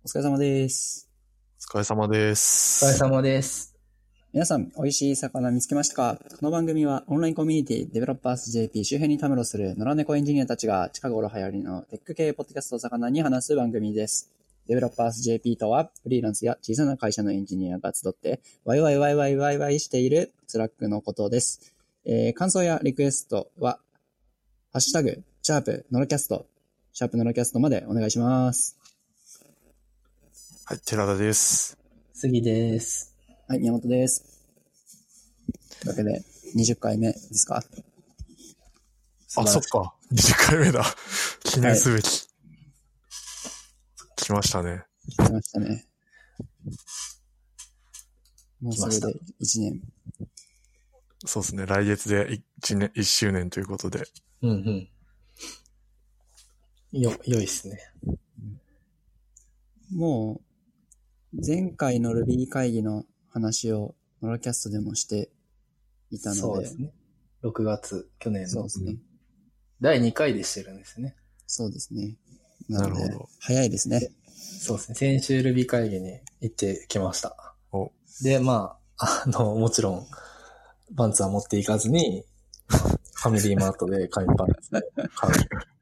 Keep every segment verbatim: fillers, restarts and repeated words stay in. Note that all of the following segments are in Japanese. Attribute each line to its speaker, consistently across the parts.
Speaker 1: 疲れ様です。
Speaker 2: お疲れ様で
Speaker 3: お
Speaker 2: す。
Speaker 3: 疲れ様です。
Speaker 1: 皆さん、美味しい魚見つけましたか？この番組はオンラインコミュニティデベロッパーズ ジェーピー 周辺にたむろする野良猫エンジニアたちが近頃流行りのテック系ポッドキャストを魚に話す番組です。デベロッパーズ ジェーピー とは、フリーランスや小さな会社のエンジニアが集って、ワイワイワイワイワイワイしているスラックのことです。えー、感想やリクエストは、ハッシュタグ、シャープ、ノロキャスト、シャープノロキャストまでお願いします。
Speaker 2: はい、寺田です。
Speaker 3: 杉です。
Speaker 1: はい、宮本です。というわけで、にじゅっかいめですか？
Speaker 2: あ、そっか。にじゅっかいめだ。記念すべき。はい、来ましたね。
Speaker 1: 来ましたね。もうすぐでいちねん。
Speaker 2: そうですね。来月でいちねん、いっしゅうねんということで。
Speaker 3: うんうん。よ、良いっすね。
Speaker 1: もう、前回の Ruby 会議の話をノラキャストでもしていたので。
Speaker 3: そうですね。ろくがつ、去年の。
Speaker 1: そうですね。
Speaker 3: だいにかいでしてるんですね。
Speaker 1: そうですね。なので、
Speaker 2: なるほど。
Speaker 1: 早いですね。
Speaker 3: そうですね。先週 Ruby 会議に行ってきました。
Speaker 2: お
Speaker 3: で、まあ、あの、もちろん、パンツは持っていかずに、ファミリーマートで紙パンツで買う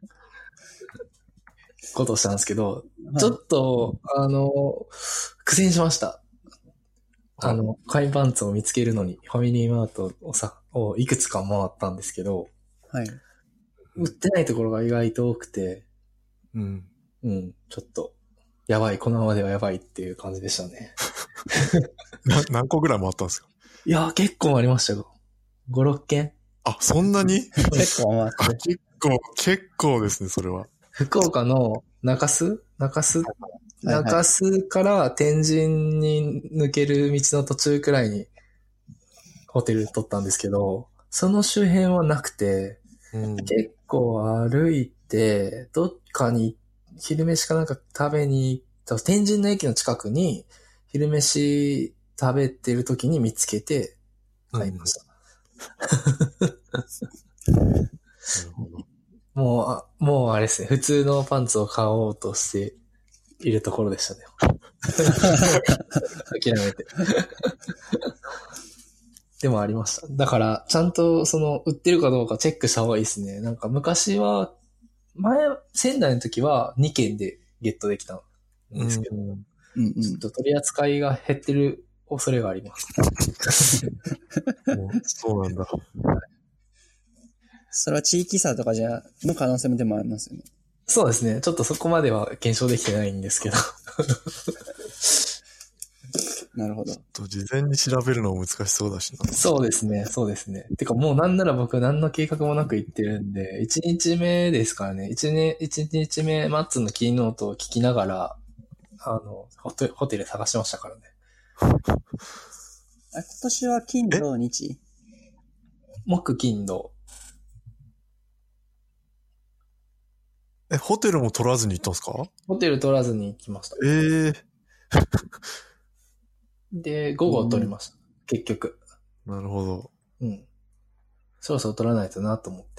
Speaker 3: ことをしたんですけど、はい、ちょっと、あの、苦戦しました。あの、紙パンツを見つけるのに、ファミリーマートをさ、をいくつか回ったんですけど、
Speaker 1: はい。
Speaker 3: 売ってないところが意外と多くて、
Speaker 2: うん。
Speaker 3: うん、ちょっと、やばい、このままではやばいっていう感じでしたね。
Speaker 2: な何個ぐらい回ったんですか？
Speaker 3: いや、結構ありましたよ。ご、ろっけん。
Speaker 2: あ、そんなに
Speaker 1: 結構回って。
Speaker 2: 結構、結構ですね、それは。
Speaker 3: 福岡の中洲中洲、はいはい、中洲から天神に抜ける道の途中くらいにホテル取ったんですけど、その周辺はなくて、うん、結構歩いて、どっかに昼飯かなんか食べに行った、天神の駅の近くに昼飯食べてる時に見つけて買いました。うん、なるほど。もう、あ、もうあれですね。普通のパンツを買おうとしているところでしたね。諦めて。でもありました。だから、ちゃんとその、売ってるかどうかチェックした方がいいですね。なんか昔は、前、仙台の時はにけんでゲットできたんですけど、うんうん、ちょっと取り扱いが減ってる恐れがあります。
Speaker 2: もうそうなんだ。
Speaker 1: それは地域差とかじゃ、の可能性もでもありますよね。
Speaker 3: そうですね。ちょっとそこまでは検証できてないんですけど。
Speaker 1: なるほど。
Speaker 2: と事前に調べるのも難しそうだしな。
Speaker 3: そうですね。そうですね。てかもうなんなら僕何の計画もなく行ってるんで、いちにちめですからね。いちね、いちにちめ、マッツンのキーノートを聞きながら、あの、ホテル、ホテル探しましたからね。
Speaker 1: あ、今年は金土日？
Speaker 3: 木金土。
Speaker 2: え、ホテルも取らずに行ったんですか？
Speaker 3: ホテル取らずに行きました。
Speaker 2: ええー。
Speaker 3: で、午後取りました。結局。
Speaker 2: なるほど。
Speaker 3: うん。そろそろ取らないとなと思って。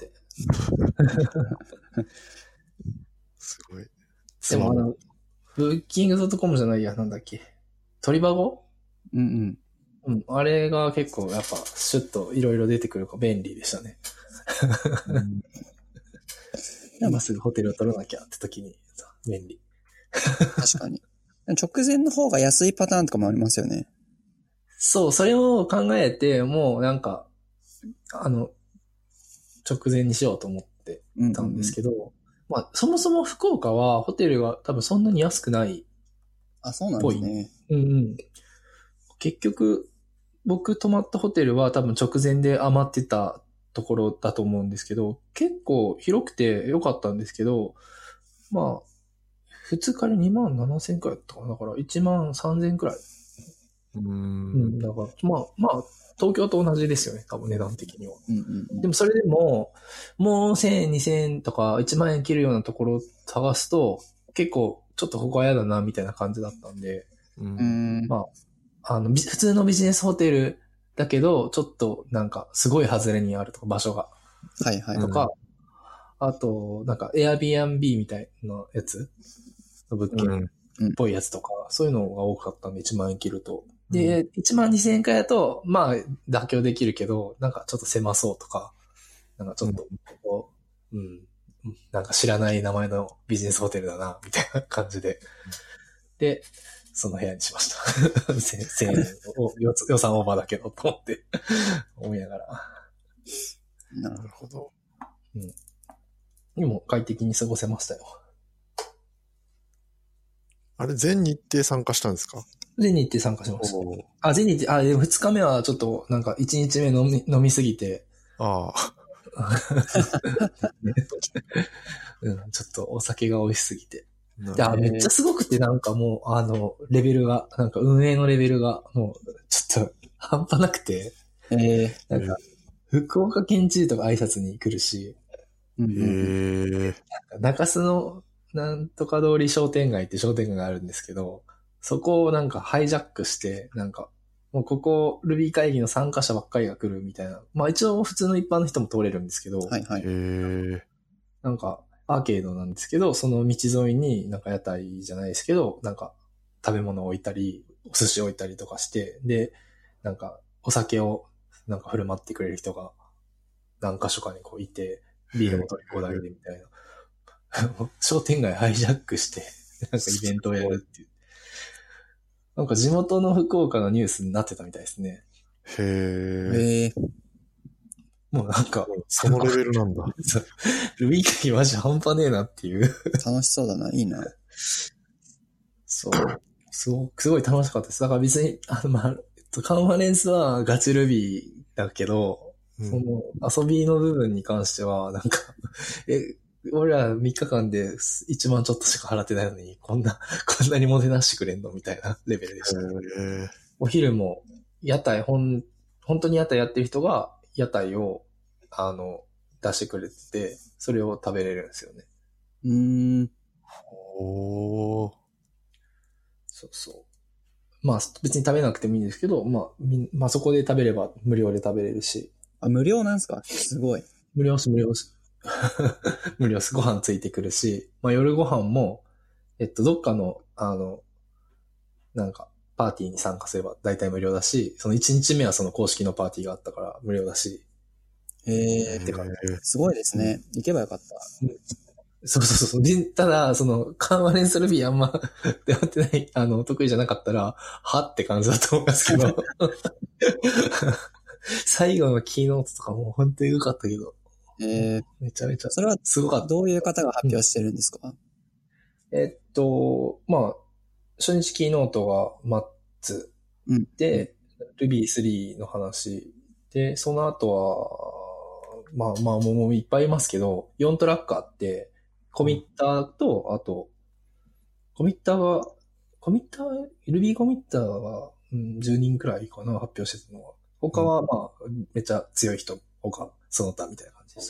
Speaker 2: すごい。
Speaker 3: でもあの、ブッキングドットコムじゃないや、なんだっけ。鳥箱？
Speaker 1: うん
Speaker 3: うん。うん。あれが結構やっぱ、シュッといろいろ出てくるから便利でしたね。うん今すぐホテルを取らなきゃって時に便利。
Speaker 1: 確かに。直前の方が安いパターンとかもありますよね。
Speaker 3: そう、それを考えて、もうなんか、あの、直前にしようと思ってたんですけど、うんうんうん、まあ、そもそも福岡はホテルが多分そんなに安くない。
Speaker 1: あ、そうなんですね。
Speaker 3: うんうん。結局、僕泊まったホテルは多分直前で余ってたところだと思うんですけど、結構広くて良かったんですけど、まあ、ふつかでにまんななせんくらいだったかな。だからいちまんさんぜんくらい。
Speaker 2: うーん。う
Speaker 3: ん。だから、まあ、まあ、東京と同じですよね。多分値段的には。
Speaker 1: うんうんうん、
Speaker 3: でもそれでも、もうせんえん、にせんえんとかいちまんえん切るようなところを探すと、結構、ちょっとここは嫌だな、みたいな感じだったんで、
Speaker 1: うん、
Speaker 3: まあ、あの、普通のビジネスホテルだけど、ちょっとなんか、すごい外れにあるとか、場所が。
Speaker 1: はいはい。
Speaker 3: とか、うん、あと、なんか、Airbnb みたいなやつの物件。うん、 ぽいやつとか、そういうのが多かったんで、いちまんえん切ると。で、いちまんにせんえんくらいだと、まあ、妥協できるけど、なんかちょっと狭そうとか、なんかちょっと、こう、うん、なんか知らない名前のビジネスホテルだな、みたいな感じで。で、その部屋にしました。せんえんを予算オーバーだけど、と思って、思いながら。
Speaker 1: なるほど。
Speaker 3: うん。でも快適に過ごせましたよ。
Speaker 2: あれ、全日程参加したんですか？
Speaker 3: 全日程参加しました。あ、全日程、あ、でもふつかめはちょっと、なんかいちにちめ飲み、飲みすぎて。
Speaker 2: ああ。
Speaker 3: うん、ちょっとお酒が美味しすぎて。いや、めっちゃすごくて、なんかもう、あの、レベルが、なんか運営のレベルが、もう、ちょっと、半端なくて。
Speaker 1: えー、
Speaker 3: なんか、福岡県知事とか挨拶に来るし。
Speaker 2: へえ。
Speaker 3: 中洲の、なんとか通り商店街って商店街があるんですけど、そこをなんかハイジャックして、なんか、もうここ Ruby 会議の参加者ばっかりが来るみたいな。まあ一応普通の一般の人も通れるんですけど、
Speaker 1: はいはい。
Speaker 2: へ
Speaker 3: なんかアーケードなんですけど、その道沿いになんか屋台じゃないですけど、なんか食べ物を置いたり、お寿司置いたりとかして、で、なんかお酒をなんか振る舞ってくれる人が何か所かにこういて、ビールも取り放題でみたいな。商店街ハイジャックして、なんかイベントをやるっていう。なんか地元の福岡のニュースになってたみたいですね。
Speaker 2: へえ。
Speaker 1: えー、
Speaker 3: もうなんか、
Speaker 2: そのレベルなんだ。
Speaker 3: ルビー会議マジ半端ねえなっていう。
Speaker 1: 楽しそうだな、いいな。
Speaker 3: そう。すごすごい楽しかったです。だから別に、あの、まあ、カンファレンスはガチルビーだけど、うん、その遊びの部分に関しては、なんか、え、俺らみっかかんでいちまんちょっとしか払ってないのに、こんな、こんなにもてなしてくれんのみたいなレベルでした、ね。お昼も、屋台、ほん、本当に屋台やってる人が、屋台を、あの、出してくれてて、それを食べれるんですよね。
Speaker 1: うーん。
Speaker 2: おー。
Speaker 3: そうそう。まあ、別に食べなくてもいいんですけど、まあ、みまあ、そこで食べれば無料で食べれるし。
Speaker 1: あ、無料なんすか？すごい。
Speaker 3: 無料です、無料です。無料です。ご飯ついてくるし、まあ夜ご飯も、えっと、どっかの、あの、なんか、パーティーに参加すれば大体無料だし、そのいちにちめはその公式のパーティーがあったから無料だし。
Speaker 1: へー、てか、すごいですね。行けばよかった。
Speaker 3: そうそうそう。ただ、その、カンファレンスルビーあんま出会ってない、あの、得意じゃなかったら、はって感じだと思いますけど。最後のキーノートとかも本当に良かったけど。
Speaker 1: えー、
Speaker 3: めちゃめちゃ。
Speaker 1: それは
Speaker 3: すごかった。
Speaker 1: どういう方が発表してるんですか？
Speaker 3: うん、えっと、まあ、初日キーノートがマッツで、うん、Ruby スリーの話で、その後は、まあまあもういっぱいいますけど、よんトラックあって、コミッターと、あと、コミッターは、コミッター、Ruby コミッターは、うん、じゅうにんくらいかな、発表してたのは。他はまあ、めっちゃ強い人、他、その他みたいな感じです。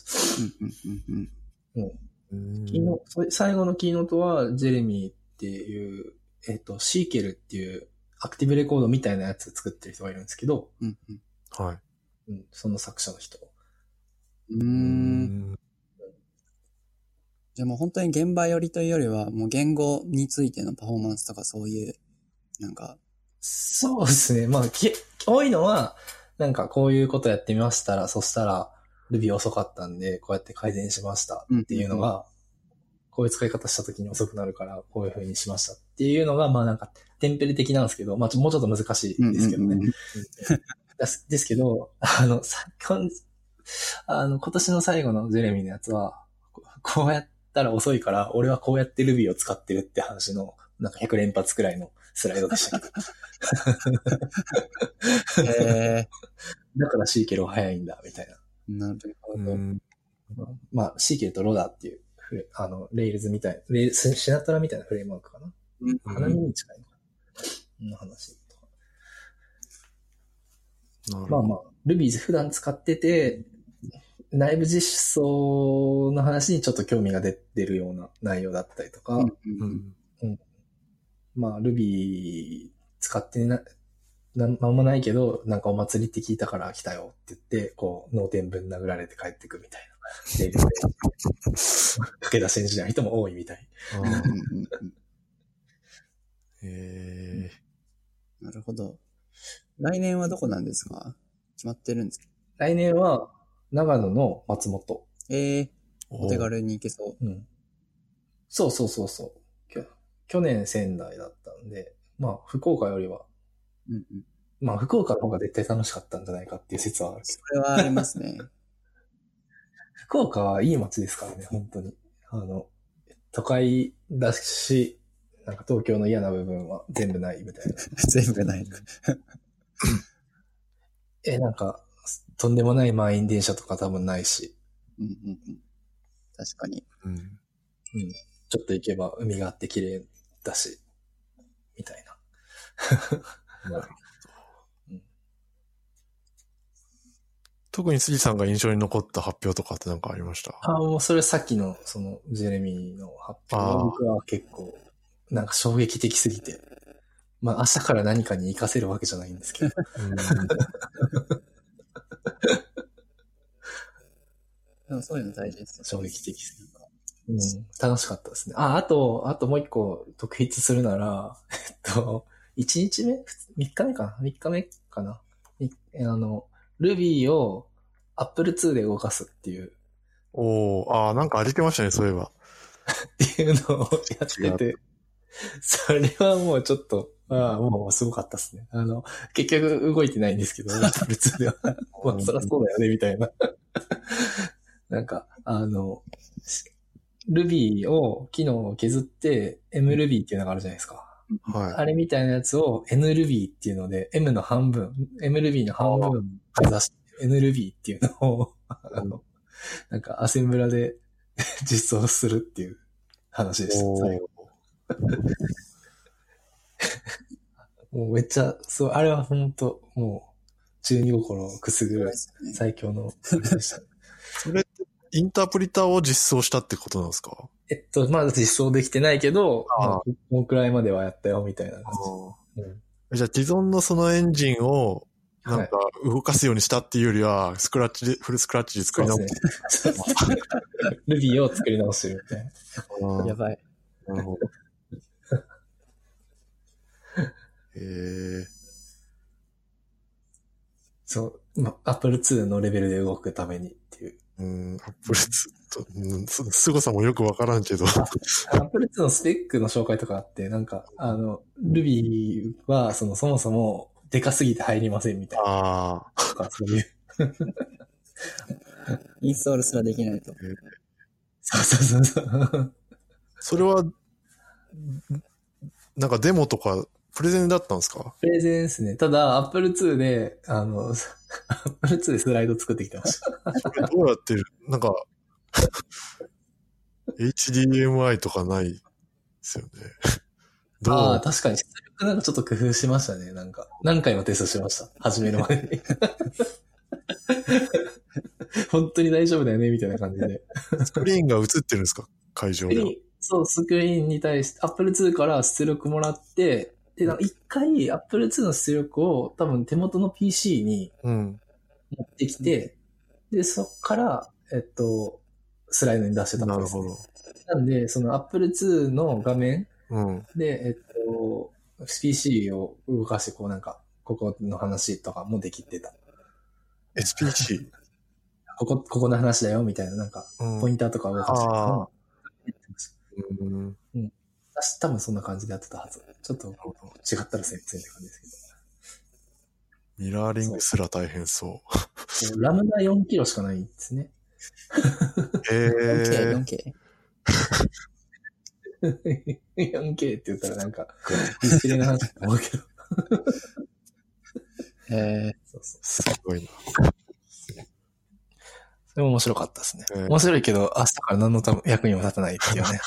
Speaker 3: うんうんうんうん。キーノ最後のキーノートは、ジェレミーっていう、えっと、シーケルっていうアクティブレコードみたいなやつ作ってる人がいるんですけど、
Speaker 1: うんうん、
Speaker 2: はい。
Speaker 3: うん、その作者の人。
Speaker 1: うーん。じゃあもう本当に現場寄りというよりは、もう言語についてのパフォーマンスとかそういう、なんか。
Speaker 3: そうですね。まあ、き多いのは、なんかこういうことやってみましたら、そしたら Ruby 遅かったんで、こうやって改善しましたっていうのが、うんうんうん、こういう使い方した時に遅くなるから、こういう風にしましたっていうのが、まあなんか、テンプレ的なんですけど、まあもうちょっと難しいですけどね。うんうんうん、ですですけど、あの、あの、今年の最後のジェレミーのやつは、こうやったら遅いから、俺はこうやって Ruby を使ってるって話の、なんかひゃく連発くらいのスライドでしたけど。へー。だからシーケルは早いんだ、みたいな。なるほど。まあ、シーケルとロダっていう、あの、レイルズみたい、レイルズ、シナトラみたいなフレームワークかな。うん。花見に近いのかな。の話とか。まあまあ、Ruby 普段使ってて、内部実装の話にちょっと興味が出てるような内容だったりとか、うんうんうん、まあ Ruby 使ってな、なんもないけど、なんかお祭りって聞いたから来たよって言って、こう、脳天ぶん殴られて帰ってくみたいな。で、駆け出しエンジニアの人も多いみたい。
Speaker 2: へ
Speaker 1: ー。なるほど。来年はどこなんですか？決まってるんですか？
Speaker 3: 来年は長野の松本。
Speaker 1: ええー、
Speaker 2: ー。
Speaker 1: お手軽に行けそう。
Speaker 3: うん。そうそうそうそう。きょ去年仙台だったんで、まあ福岡よりは、
Speaker 1: うんうん、
Speaker 3: まあ福岡の方が絶対楽しかったんじゃないかっていう説はあるけど。
Speaker 1: それはありますね。
Speaker 3: 福岡はいい街ですからね、本当に。あの、都会だし、なんか東京の嫌な部分は全部ないみたいな。
Speaker 1: 全部ない。
Speaker 3: え、なんか、とんでもない満員電車とか多分ないし。
Speaker 1: うんうんうん、確かに。
Speaker 2: うん。うん。
Speaker 3: ちょっと行けば海があって綺麗だし、みたいな。なるほど。うん、
Speaker 2: 特に杉さんが印象に残った発表とかって何かありました？
Speaker 3: ああ、もうそれさっきのそのジェレミーの発表は僕は結構なんか衝撃的すぎて、まあ明日から何かに活かせるわけじゃないんですけど。うん
Speaker 1: でもそういうの大事ですよ。
Speaker 3: 衝撃的すぎる。うん、楽しかったですね。あ、あと、あともう一個特筆するなら、えっと、いちにちめ ?みっ 日目かな ?みっ 日目かなあの、Ruby を アップルツー で動かすっていう。
Speaker 2: おー、あー、なんかありてましたね、そういえば。
Speaker 3: っていうのをやってて、それはもうちょっと、ああ、もうすごかったですね。あの、結局動いてないんですけど、アップルツー では。まあ、そりゃそうだよね、みたいな。なんか、あの、Ruby を、機能を削って、MRuby っていうのがあるじゃないですか。
Speaker 2: はい。
Speaker 3: あれみたいなやつを NRuby っていうので、M の半分、MRuby の半分目指して、NRuby っていうのを、あの、なんかアセンブラで実装するっていう話でした。もうめっちゃ、そう、あれは本当もう、中二心をくすぐる最強のあれでしたね。
Speaker 2: それって、インタープリターを実装したってことなんですか？
Speaker 3: えっと、まだ実装できてないけど、あまあ、このくらいまではやったよ、みたいな感じ。
Speaker 2: うん、じゃあ、既存のそのエンジンを、なんか、動かすようにしたっていうよりは、スクラッチで、フルスクラッチで作り直す。
Speaker 3: そうですね。Ruby を作り直してるみたいな。
Speaker 1: やばい。
Speaker 2: なるほど。へえ。
Speaker 3: そう、ま、アップルツー のレベルで動くためにっていう。
Speaker 2: うん、アップルツーと、うん、凄さもよくわからんけど。ア
Speaker 3: ップルツー のスペックの紹介とかあって、なんか、あの、Ruby は、その、そもそも、でかすぎて入りませんみたいな。ああ。とか、そういう。
Speaker 1: インストールすらできないと。
Speaker 3: そうそうそうそう。
Speaker 2: それは、なんかデモとか、プレゼンだったんですか？
Speaker 3: プレゼンですね。ただ、アップルツー で、あの、アップルツー でスライド作ってきてました。
Speaker 2: これどうやってる？なんか、エイチディーエムアイ とかないですよね。
Speaker 3: どうああ、確かに。なんかちょっと工夫しましたね。なんか、何回もテストしました。始める前に。本当に大丈夫だよね、みたいな感じで。
Speaker 2: スクリーンが映ってるんですか？会場で。
Speaker 3: そう、スクリーンに対して、アップルツー から出力もらって、で、一回 アップルツー の出力を多分手元の ピーシー に持ってきて、うん、で、そっから、えっと、スライドに出してたんです、ね。なるほど。なんで、その アップルツー の画面で、うん、えっと、ピーシー を動かして、こうなんか、ここの話とかもできてた。
Speaker 2: エスピーシー?
Speaker 3: ここ、ここの話だよ、みたいな、なんか、ポインターとか動かしてたのをやってました。うんうん。私多分そんな感じでやってたはず。ちょっと違ったらすいませんって感じです
Speaker 2: けど。ミラーリングすら大変そう。
Speaker 3: そうラムダよんキロしかないんですね。
Speaker 2: えー、
Speaker 1: よんケ
Speaker 3: ー?よんケー って言ったらなんか、ディスプレイの話だと思うけど。
Speaker 1: えー、
Speaker 2: そうそうすごいな。
Speaker 3: それも面白かったですね。えー、面白いけど、明日から何の役にも立たないっていうね。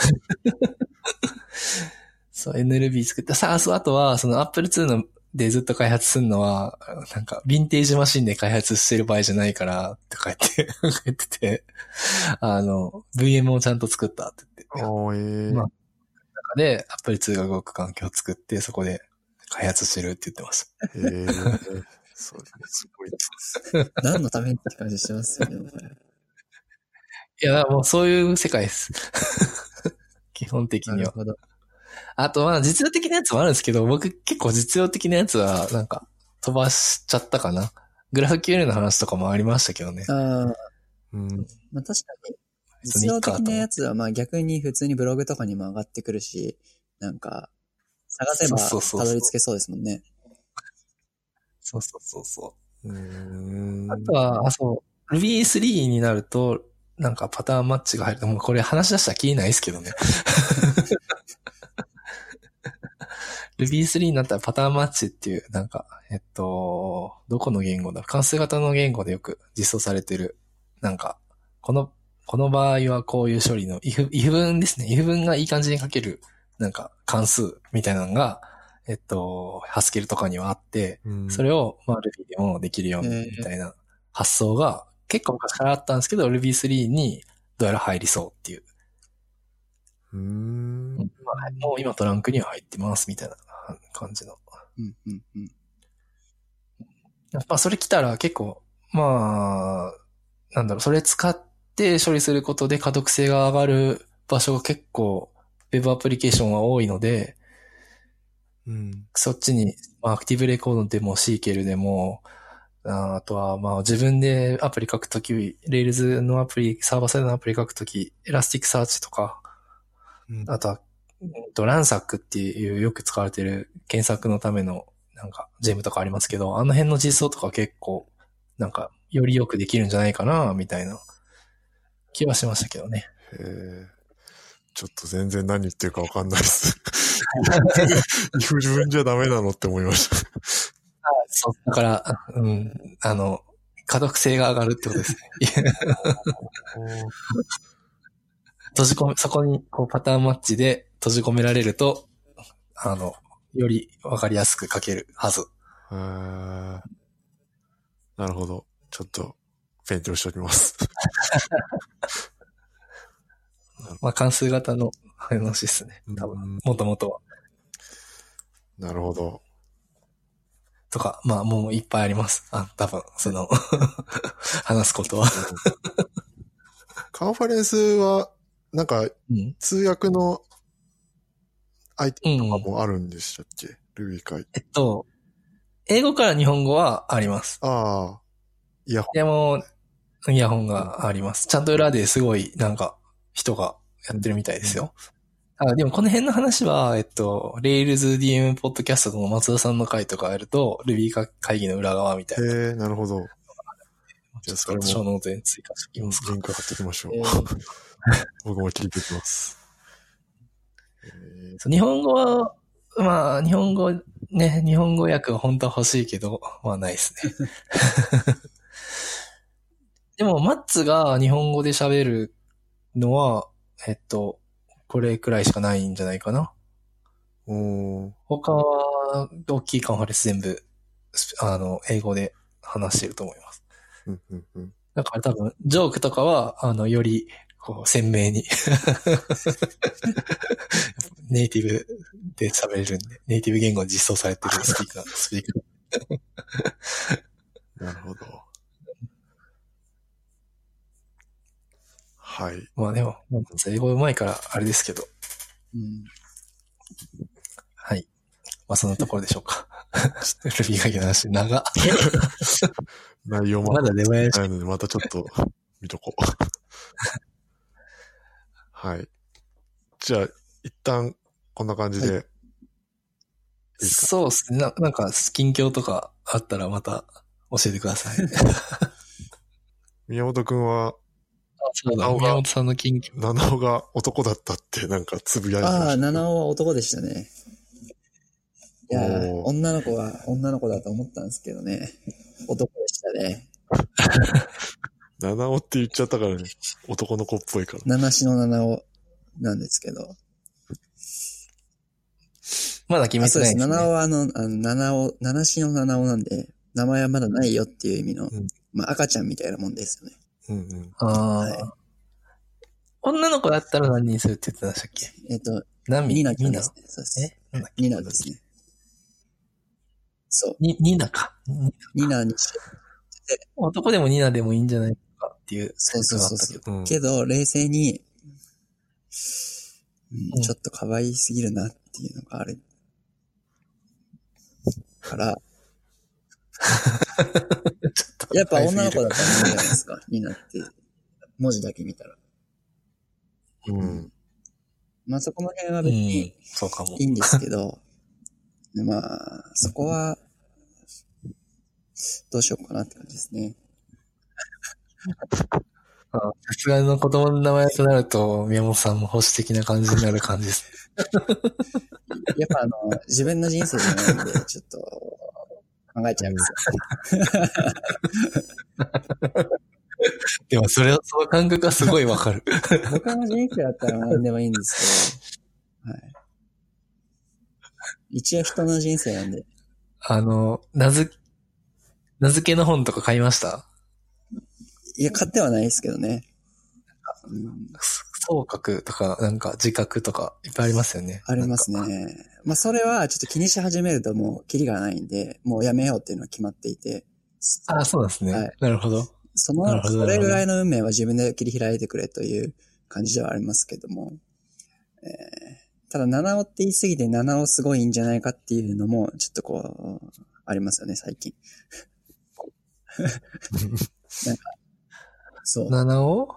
Speaker 3: そう、エヌエルビー 作った。さあ、そう、あとは、その アップルツー のでずっと開発するのは、なんか、ヴィンテージマシンで開発してる場合じゃないから、って書いて、書いてて、あの、ブイエム をちゃんと作ったって言って。
Speaker 2: おー、えー。まあ、
Speaker 3: 中で アップルツー が動く環境を作って、そこで開発してるって言ってます。
Speaker 2: へえー。そうですね、すごいです。
Speaker 1: 何のためって感じしてますよね、これ。
Speaker 3: いや、もうそういう世界です。基本的には。
Speaker 1: なるほど。
Speaker 3: あとまあ実用的なやつもあるんですけど、僕結構実用的なやつはなんか飛ばしちゃったかな。グラフ キューエル の話とかもありましたけどね。
Speaker 1: ああ。
Speaker 2: うん。
Speaker 1: まあ確かに、実用的なやつはまあ逆に普通にブログとかにも上がってくるし、なんか、探せばたどり着けそうですもんね。
Speaker 3: そうそうそうそう。
Speaker 2: うーん。
Speaker 3: あとは、あ、そう、ルビースリー になると、なんかパターンマッチが入ると、もうこれ話し出したらきりないですけどね。ルビースリー になったらパターンマッチっていう、なんか、えっと、どこの言語だ関数型の言語でよく実装されてる、なんか、この、この場合はこういう処理の if、if 文ですね。if 文がいい感じに書ける、なんか、関数みたいなのが、えっと、ハスケルとかにはあって、うん、それを、まあ、Ruby でもできるように、みたいな発想が結構昔からあったんですけど、ルビースリー にどうやら入りそうっていう。
Speaker 2: うーん。
Speaker 3: まあ、もう今トランクには入ってます、みたいな感じの。
Speaker 1: うんうんうん。
Speaker 3: まあ、それ来たら結構、まあ、なんだろう、それ使って処理することで可読性が上がる場所が結構、Web アプリケーションは多いので、
Speaker 2: うん、
Speaker 3: そっちに、まあ、アクティブレコードでも シーケル でも、あ, あとは、まあ、自分でアプリ書くとき、Rails のアプリ、サーバーサイドのアプリ書くとき、エラスティックサーチとか、うん、あとは、ランサックっていうよく使われている検索のための、なんか、ジェムとかありますけど、あの辺の実装とか結構、なんか、よりよくできるんじゃないかな、みたいな気はしましたけどね。
Speaker 2: へー。ちょっと全然何言ってるか分かんないです。if 自分じゃダメなのって思いました。
Speaker 3: あ、そう。だから、うん。あの、可読性が上がるってことですね。閉じ込め、そこにこうパターンマッチで閉じ込められると、あの、より分かりやすく書けるはず。
Speaker 2: へー。なるほど。ちょっと、勉強しておきます。
Speaker 3: まあ、関数型の話ですね。多分、もともとは。
Speaker 2: なるほど。
Speaker 3: とか、まあ、もういっぱいあります。あ、多分、その、話すことは。
Speaker 2: カンファレンスは、なんか、通訳のアイテムとかもあるんでしたっけ、うん、Ruby 会。
Speaker 3: えっと、英語から日本語はあります。
Speaker 2: ああ。イヤホン。
Speaker 3: でも、イヤホンがあります。ちゃんと裏ですごい、なんか、人がやってるみたいですよ。うん、あでも、この辺の話は、えっと、Rails ディーエム ポッドキャストの松田さんの回とかやると、Ruby 会議の裏側みたいな。
Speaker 2: へえ、なるほど。
Speaker 3: じゃあ、それも、小ノートに追加しておきますか。
Speaker 2: リンク貼っておきましょう。えー、僕も聞いてきます。
Speaker 3: えー、日本語は、まあ、日本語、ね、日本語訳は本当は欲しいけど、まあないですね。でも、マッツが日本語で喋るのは、えっと、これくらいしかないんじゃないかな。
Speaker 2: お
Speaker 3: 他は、大きいカンファレンス全部、あの、英語で話してると思います。
Speaker 2: うんうんうん、
Speaker 3: だから多分、ジョークとかは、あの、より、こう、鮮明にネイティブで喋れるんで、ネイティブ言語実装されてるスピーカー、スピーカ
Speaker 2: ー。なるほど。はい。
Speaker 3: まあでも、英語上手いからあれですけど。
Speaker 1: うん、
Speaker 3: はい。まあそんなところでしょうか。ルビー会議の話、長っ。
Speaker 2: 内容も
Speaker 3: まだ出前
Speaker 2: ないので、またちょっと見とこう。はい。じゃあ、一旦こんな感じで、はい、いい
Speaker 3: ですか？そうですねな。なんか、近況とかあったらまた教えてください。
Speaker 2: 宮本くんは、
Speaker 3: そうだ、宮本さんの近況。
Speaker 2: 七尾が男だったってなんかつぶやいてました。
Speaker 1: ああ、七尾は男でしたね。いやー、女の子は女の子だと思ったんですけどね。男でしたね。
Speaker 2: 七尾って言っちゃったからね。男の子っぽいから。
Speaker 1: 七しの七尾なんですけど。
Speaker 3: まだ決めてないですね。
Speaker 1: そうです。七尾はあの、あの七尾、七しの七尾なんで、名前はまだないよっていう意味の、うん、まあ赤ちゃんみたいなもんですよね。
Speaker 2: うんうん、
Speaker 3: ああ、はい。女の子だったら何にするって言ってましたっけ？
Speaker 1: えっと、
Speaker 3: 何
Speaker 1: ニナちゃんですね。そうです。
Speaker 3: えなんだっけ？
Speaker 1: ニナですね。そう。
Speaker 3: に、ニナか。
Speaker 1: ニナにして。
Speaker 3: 男でもニナでもいいんじゃないかっていう
Speaker 1: そうそうそうそう。けど、冷静に、 うん、ちょっと可愛すぎるなっていうのがあるから、やっぱ女の子だったらいいんじゃないですか、になって、文字だけ見たら。
Speaker 2: うん。
Speaker 1: まあそこの辺は別にいいんですけど、うん、まあそこはどうしようかなって感じですね。
Speaker 3: さすがの子供の名前となると、宮本さんも保守的な感じになる感じです。
Speaker 1: やっぱあの、自分の人生じゃないんで、ちょっと考えちゃいますよ。
Speaker 3: でもそれ、その感覚はすごいわかる。
Speaker 1: 僕の人生だったら何でもいいんですけど、はい。一応人の人生なんで。
Speaker 3: あの、名付け、名付けの本とか買いました？
Speaker 1: いや、買ってはないですけどね。うん、
Speaker 3: 総覚とか、なんか自覚とかいっぱいありますよね。
Speaker 1: ありますね。まあそれはちょっと気にし始めるともうキリがないんで、もうやめようっていうのは決まっていて。
Speaker 3: ああ、そうなんですね。はい、なるほど。
Speaker 1: その、それぐらいの運命は自分で切り開いてくれという感じではありますけども。えー、ただ、七尾って言い過ぎて七尾すごいんじゃないかっていうのも、ちょっとこう、ありますよね、最近。なんか、そう。
Speaker 3: 七尾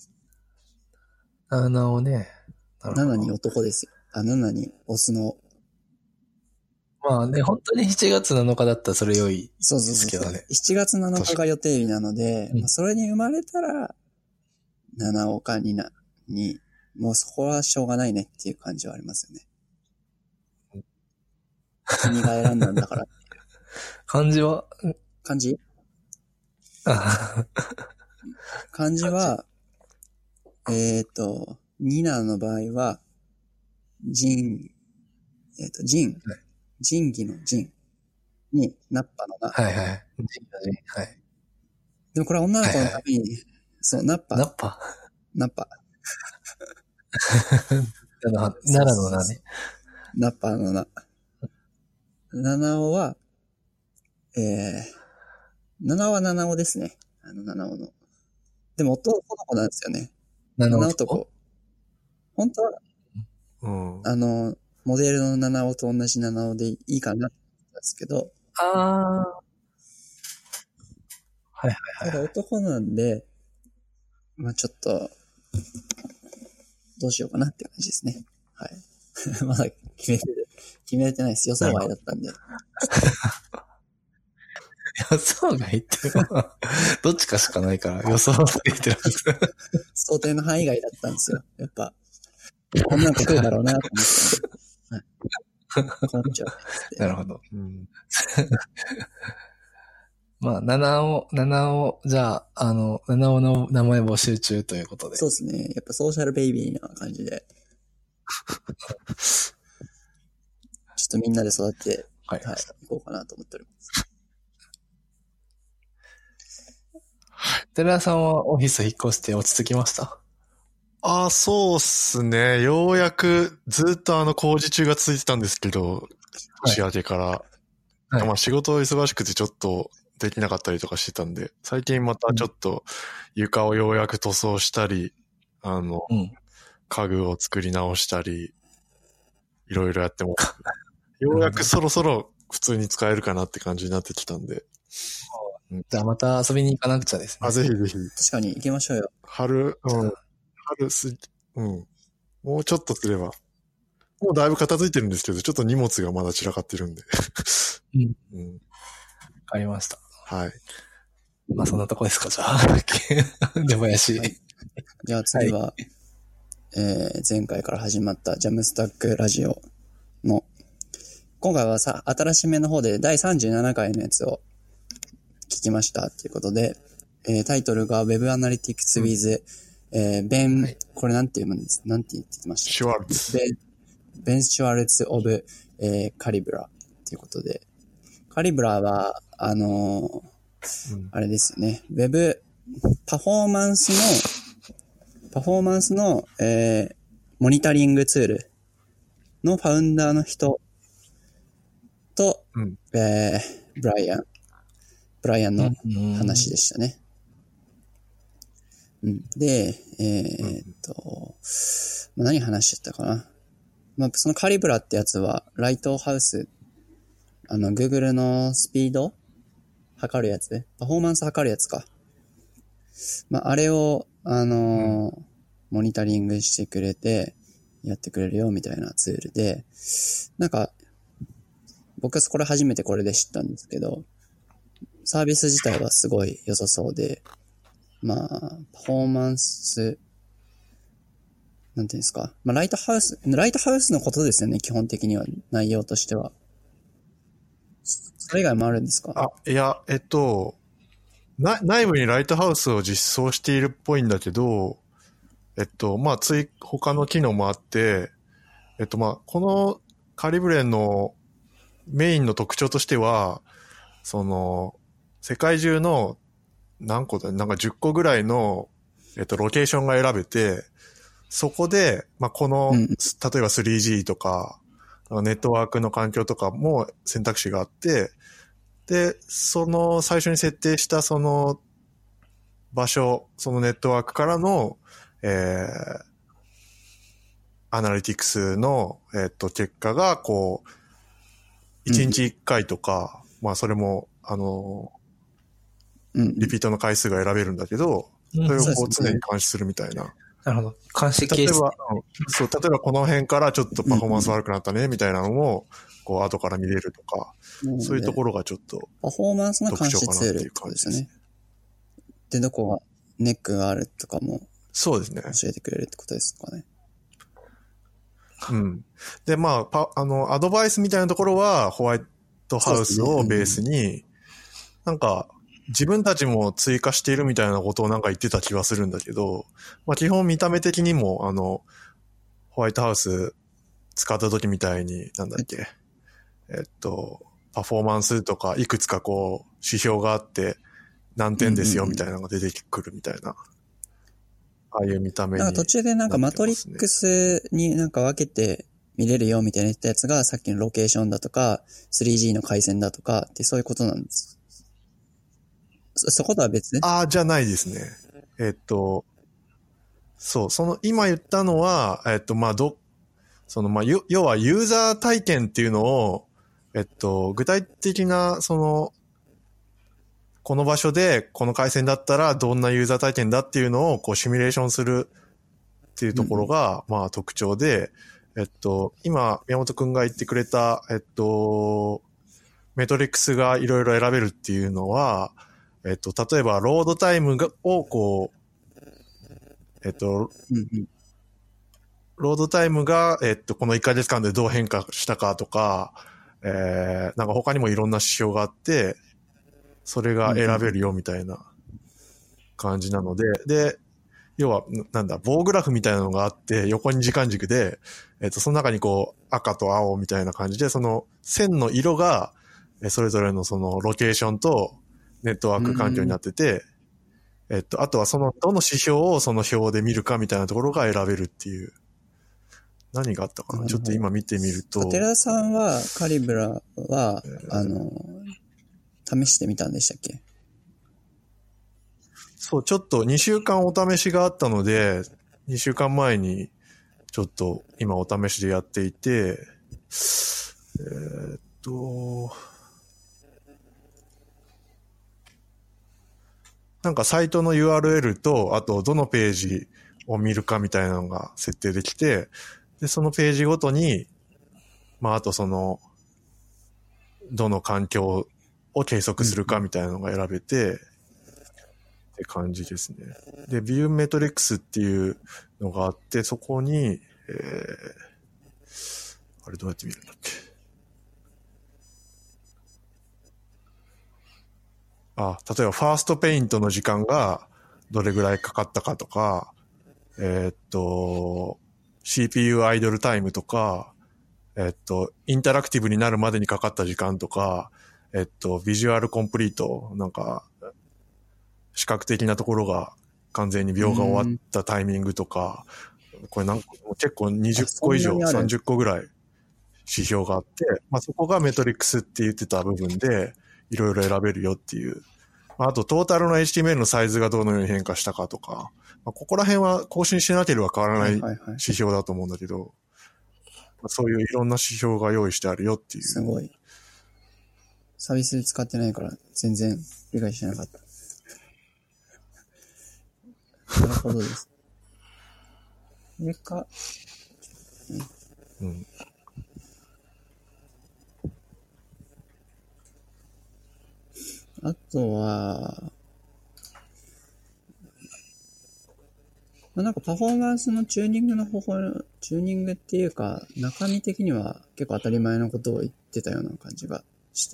Speaker 3: 七尾ね。
Speaker 1: 七に男ですよ。あ、七にオスの。
Speaker 3: まあね、本当にしちがつなのかだったらそれ良いですけどね。そうそうそう。
Speaker 1: しちがつなのかが予定日なので、まあ、それに生まれたら、七尾かにな、に、もうそこはしょうがないねっていう感じはありますよね。君が選んだんだからっていう。
Speaker 3: 漢字は
Speaker 1: 漢字漢字は、えっ、ー、と、ニナの場合は、仁、えっ、ー、と、仁、仁義の仁に、ナッパのナ。
Speaker 3: はいはい。仁義の仁。はい。
Speaker 1: でもこれは女の子のために、はいはい、そう、ナッパ。
Speaker 3: ナッパ
Speaker 1: ナッパ。
Speaker 3: 奈良の名ね。
Speaker 1: ナッパの名。七尾は、えー、七尾は七尾ですね。あの七尾の。でも男の子なんですよね。七尾男。本当は、うん、あの、モデルの七尾と同じ七尾でいいかなって思ったんですけど。
Speaker 3: ああ。はいはいはい。
Speaker 1: ただ男なんで、まあちょっと、どうしようかなって感じですね。はい。まだ決めて、決めれてないです。予想外だったんで。
Speaker 3: 予想外ってどっちかしかないから予想外ってな
Speaker 1: 想定の範囲外だったんですよ。やっぱ、こんなの来るだろうなと思って。はい。こんにちは。
Speaker 3: なるほど。うん、まあ、七尾、七尾、じゃあ、あの、七尾の名前募集中ということで。
Speaker 1: そうですね。やっぱソーシャルベイビーな感じで。ちょっとみんなで育って、はい、はい、いこうかなと思っております。
Speaker 3: 寺田さんはオフィス引っ越して落ち着きました？
Speaker 2: ああ、そうっすね。ようやくずっとあの工事中が続いてたんですけど、年明けから。はいはい、まあ仕事忙しくてちょっとできなかったりとかしてたんで、最近またちょっと床をようやく塗装したり、あの、うん、家具を作り直したり、いろいろやってもらって、ようやくそろそろ普通に使えるかなって感じになってきたんで。
Speaker 3: うん、じゃあまた遊びに行かなくちゃですね。
Speaker 2: あ、ぜひぜひ。
Speaker 1: 確かに行きましょうよ。
Speaker 2: 春、うん。春す、うん。もうちょっとすれば。もうだいぶ片付いてるんですけど、ちょっと荷物がまだ散らかってるんで。
Speaker 3: うん。うん。わかりました。
Speaker 2: はい。
Speaker 3: まあそんなとこですか、じゃあ。でもやし、はい。
Speaker 1: じゃあ次は、はい、えー、前回から始まったジャムスタックラジオの、今回はさ、新しめの方でだいさんじゅうななかいのやつを聞きましたっていうことで、えー、タイトルが Web Analytics with、うん、えー、ベン、はい、これなんて読むんです、なんて言ってました
Speaker 2: シュワルツ。
Speaker 1: ベン、ベン・シュワルツ・オブ、えー、カリブラっていうことで、カリブラは、あのーうん、あれですよね、ウェブ、パフォーマンスの、パフォーマンスの、えー、モニタリングツールのファウンダーの人と、うん、えー、ブライアン、ブライアンの話でしたね。 うん、で、えー、っと、まあ、何話してたかな。まあ、そのカリブラってやつは、ライトハウス、あの、Google のスピード測るやつ、パフォーマンス測るやつか。まあ、あれを、あのーうん、モニタリングしてくれて、やってくれるよみたいなツールで、なんか、僕はこれ初めてこれで知ったんですけど、サービス自体はすごい良さそうで、まあ、パフォーマンス、なんていうんですか。まあ、ライトハウス、ライトハウスのことですよね、基本的には、内容としては。それ以外もあるんですか？
Speaker 2: あ、いや、えっと、な、内部にライトハウスを実装しているっぽいんだけど、えっと、まあ、つい、他の機能もあって、えっと、まあ、このカリブレのメインの特徴としては、その、世界中の何個だ、なんかじゅっこぐらいの、えっと、ロケーションが選べて、そこで、まあ、この、うん、例えば スリージー とか、ネットワークの環境とかも選択肢があって、で、その最初に設定したその場所、そのネットワークからの、えー、アナリティクスの、えっと、結果が、こう、いちにちいっかいとか、うん、まあ、それも、あの、うん、リピートの回数が選べるんだけど、それをこう常に監視するみたいな。
Speaker 3: なるほど。監視ケース。
Speaker 2: 例えば、そう、例えばこの辺からちょっとパフォーマンス悪くなったね、みたいなのも、こう後から見れるとか、そういうところがちょっと、
Speaker 1: パフォーマンスの監視ツールってことですね。で、どこがネックがあるとかも、
Speaker 2: そうですね。
Speaker 1: 教えてくれるってことですかね。
Speaker 2: うん。で、まあ、パ、あの、アドバイスみたいなところは、ホワイトハウスをベースに、ねうん、なんか、自分たちも追加しているみたいなことをなんか言ってた気はするんだけど、まあ基本見た目的にも、あの、ホワイトハウス使った時みたいに、なんだっけ、えっと、パフォーマンスとかいくつかこう、指標があって、何点ですよみたいなのが出てくるみたいな、ああいう見た目に、
Speaker 1: なんか途中でなんかマトリックスになんか分けて見れるよみたいな言ったやつが、さっきのロケーションだとか、スリージー の回線だとかってそういうことなんです。そ、そことは別ね。
Speaker 2: ああ、じゃないですね。えっと、そう、その、今言ったのは、えっと、まあ、ど、その、まあ、要はユーザー体験っていうのを、えっと、具体的な、その、この場所で、この回線だったら、どんなユーザー体験だっていうのを、こう、シミュレーションするっていうところが、うん、まあ、特徴で、えっと、今、宮本くんが言ってくれた、えっと、メトリックスがいろいろ選べるっていうのは、えっと、例えば、ロードタイムがを、こう、えっと、うんうん、ロードタイムが、えっと、このいっかげつかんでどう変化したかとか、えー、なんか他にもいろんな指標があって、それが選べるよみたいな感じなので、うんうん、で、要は、なんだ、棒グラフみたいなのがあって、横に時間軸で、えっと、その中にこう、赤と青みたいな感じで、その線の色が、それぞれのそのロケーションとネットワーク環境になってて、えっと、あとはその、どの指標をその表で見るかみたいなところが選べるっていう。何があったかな、ちょっと今見てみると。
Speaker 1: 寺田さんは、カリブラは、えー、あの、試してみたんでしたっけ？
Speaker 2: そう、ちょっとにしゅうかんお試しがあったので、にしゅうかんまえに、ちょっと今お試しでやっていて、えー、っと、なんかサイトの ユーアールエル と、あとどのページを見るかみたいなのが設定できて、で、そのページごとに、まあ、あとその、どの環境を計測するかみたいなのが選べて、うん、って感じですね。で、ビューメトリックスっていうのがあって、そこに、えー、あれどうやって見るんだっけ。あ、例えばファーストペイントの時間がどれぐらいかかったかとか、えー、っと、シーピーユー アイドルタイムとか、えっと、インタラクティブになるまでにかかった時間とか、えっと、ビジュアルコンプリート、なんか、視覚的なところが完全に描画終わったタイミングとか、これなんか結構にじゅっこ以上、さんじゅっこぐらい指標があって、まあそこがメトリックスって言ってた部分で、いろいろ選べるよっていうあとトータルの エイチティーエムエル のサイズがどのように変化したかとか、まあ、ここら辺は更新しなければ変わらない指標だと思うんだけど、はいはいはい、そういういろんな指標が用意してあるよっていう。
Speaker 1: すごい。サービスで使ってないから全然理解してなかった。なるほどです。これか、
Speaker 2: うん。うん
Speaker 1: あとは、まあ、なんかパフォーマンスのチューニングの方法、チューニングっていうか、中身的には結構当たり前のことを言ってたような感じがして。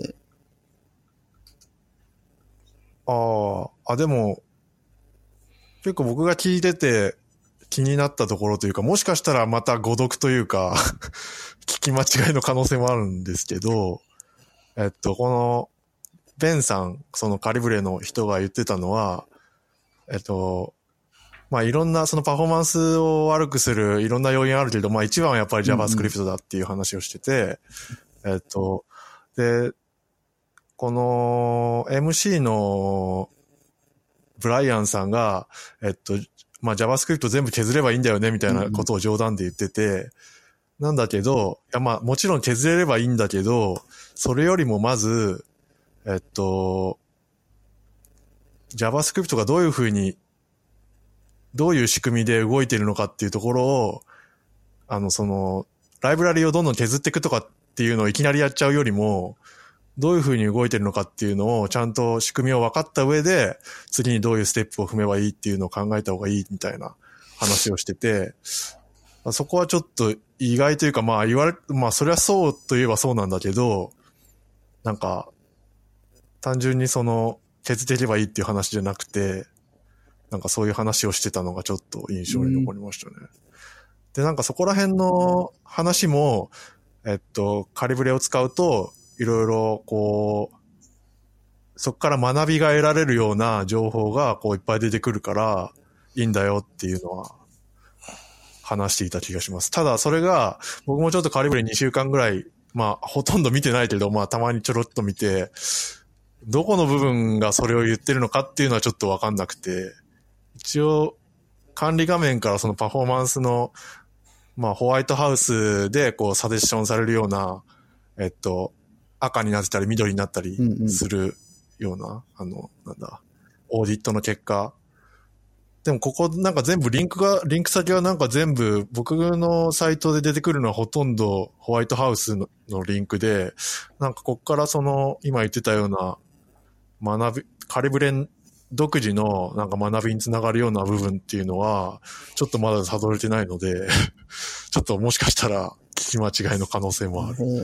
Speaker 2: ああ、あ、でも、結構僕が聞いてて気になったところというか、もしかしたらまた誤読というか、聞き間違いの可能性もあるんですけど、えっと、この、ベンさん、そのカリブレの人が言ってたのは、えっと、まあいろんなそのパフォーマンスを悪くするいろんな要因あるけど、まあ一番はやっぱり JavaScript だっていう話をしてて、うんうん、えっと、で、この エムシー のブライアンさんが、えっと、まあ JavaScript 全部削ればいいんだよねみたいなことを冗談で言ってて、うんうん、なんだけど、いやまあもちろん削れればいいんだけど、それよりもまず、えっと、JavaScript がどういうふうに、どういう仕組みで動いているのかっていうところを、あの、その、ライブラリをどんどん削っていくとかっていうのをいきなりやっちゃうよりも、どういうふうに動いてるのかっていうのをちゃんと仕組みを分かった上で、次にどういうステップを踏めばいいっていうのを考えた方がいいみたいな話をしてて、そこはちょっと意外というか、まあ言われ、まあそれはそうといえばそうなんだけど、なんか、単純にその、削っていけばいいっていう話じゃなくて、なんかそういう話をしてたのがちょっと印象に残りましたね。うん、で、なんかそこら辺の話も、えっと、カリブレを使うと、いろいろこう、そこから学びが得られるような情報がこういっぱい出てくるから、いいんだよっていうのは、話していた気がします。ただそれが、僕もちょっとカリブレにしゅうかんぐらい、まあほとんど見てないけど、まあたまにちょろっと見て、どこの部分がそれを言ってるのかっていうのはちょっとわかんなくて、一応管理画面からそのパフォーマンスのまあホワイトハウスでこうサジェッションされるようなえっと赤になってたり緑になったりするような、うんうん、あのなんだオーディットの結果でもここなんか全部リンクがリンク先はなんか全部僕のサイトで出てくるのはほとんどホワイトハウス の, のリンクでなんかこっからその今言ってたような学びカリブレン独自のなんか学びにつながるような部分っていうのはちょっとまだ辿れてないのでちょっともしかしたら聞き間違いの可能性もある、うん、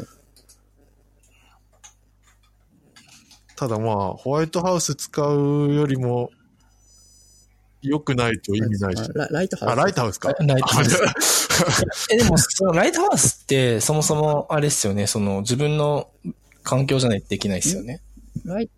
Speaker 2: ただまあホワイトハウス使うよりも良くないと意味ないし
Speaker 1: ラ, ライトハウス
Speaker 2: あライトハウスか
Speaker 3: ライトハウスえでもそのライトハウスってそもそもあれですよねその自分の環境じゃないとできないですよね
Speaker 1: ライ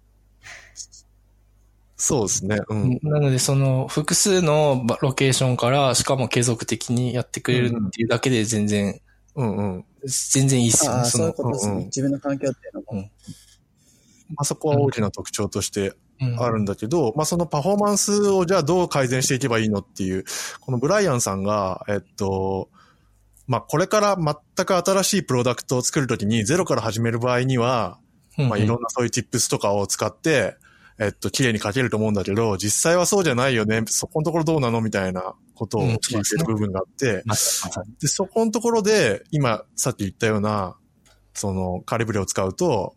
Speaker 2: そうですね。うん。
Speaker 3: なので、その、複数のロケーションから、しかも継続的にやってくれるっていうだけで全然、
Speaker 2: うんうん。
Speaker 3: 全然いいっすよね。
Speaker 1: ああ、そういうことですね、うんうん。自分の環境っていうのも。うん、ま
Speaker 2: あそこは大きな特徴としてあるんだけど、うん、まあそのパフォーマンスをじゃあどう改善していけばいいのっていう、このブライアンさんが、えっと、まあこれから全く新しいプロダクトを作るときにゼロから始める場合には、うんうん、まあいろんなそういう tips とかを使って、えっと、綺麗に書けると思うんだけど、実際はそうじゃないよね。そこのところどうなのみたいなことを聞いてる部分があって、うん、で、そこのところで、今、さっき言ったような、その、カリブレを使うと、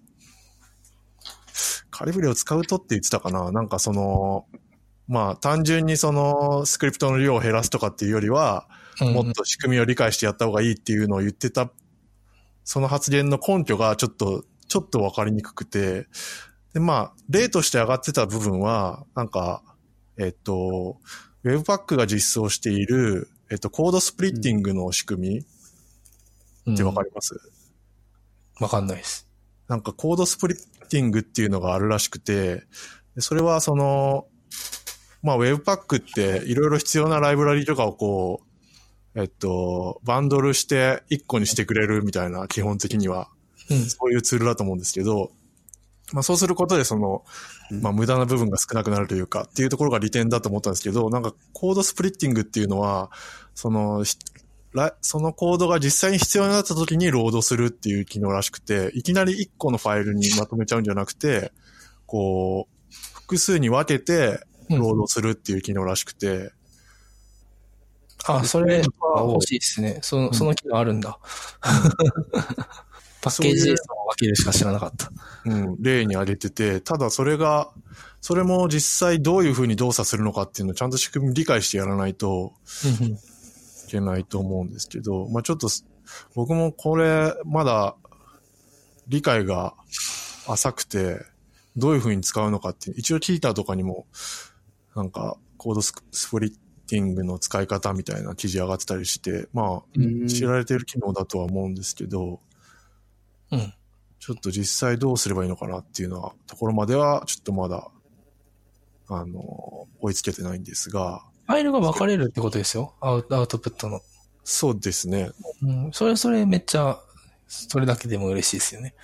Speaker 2: カリブレを使うとって言ってたかななんかその、まあ、単純にその、スクリプトの量を減らすとかっていうよりは、うん、もっと仕組みを理解してやった方がいいっていうのを言ってた、その発言の根拠がちょっと、ちょっとわかりにくくて、で、まあ、例として上がってた部分は、なんか、えっと、Webpack が実装している、えっと、コードスプリッティングの仕組みってわかります？わ、
Speaker 3: うん、かんないです。
Speaker 2: なんかコードスプリッティングっていうのがあるらしくて、それはその、まあ Webpack っていろいろ必要なライブラリとかをこう、えっと、バンドルして一個にしてくれるみたいな基本的には、うん、そういうツールだと思うんですけど、 まあそうすることでその、まあ無駄な部分が少なくなるというかっていうところが利点だと思ったんですけど、なんかコードスプリッティングっていうのは、その、そのコードが実際に必要になった時にロードするっていう機能らしくて、いきなりいっこのファイルにまとめちゃうんじゃなくて、こう、複数に分けてロードするっていう機能らしくて。うん、
Speaker 3: あ、それは欲しいですね。その、その機能あるんだ。パッケージで分けるしか知らなかった。
Speaker 2: うん、例に挙げてて、ただそれが、それも実際どういう風に動作するのかっていうのをちゃんと仕組み理解してやらないといけないと思うんですけど、まあちょっと僕もこれまだ理解が浅くて、どういう風に使うのかっていう、一応キーターとかにもなんかコードスプリッティングの使い方みたいな記事上がってたりして、まあ知られてる機能だとは思うんですけど、
Speaker 3: うん、
Speaker 2: ちょっと実際どうすればいいのかなっていうのは、ところまではちょっとまだ、あの、追いつけてないんですが。
Speaker 3: ファイルが分かれるってことですよ。アウト、アウトプットの。
Speaker 2: そうですね。
Speaker 3: うん。それ、それめっちゃ、それだけでも嬉しいですよね。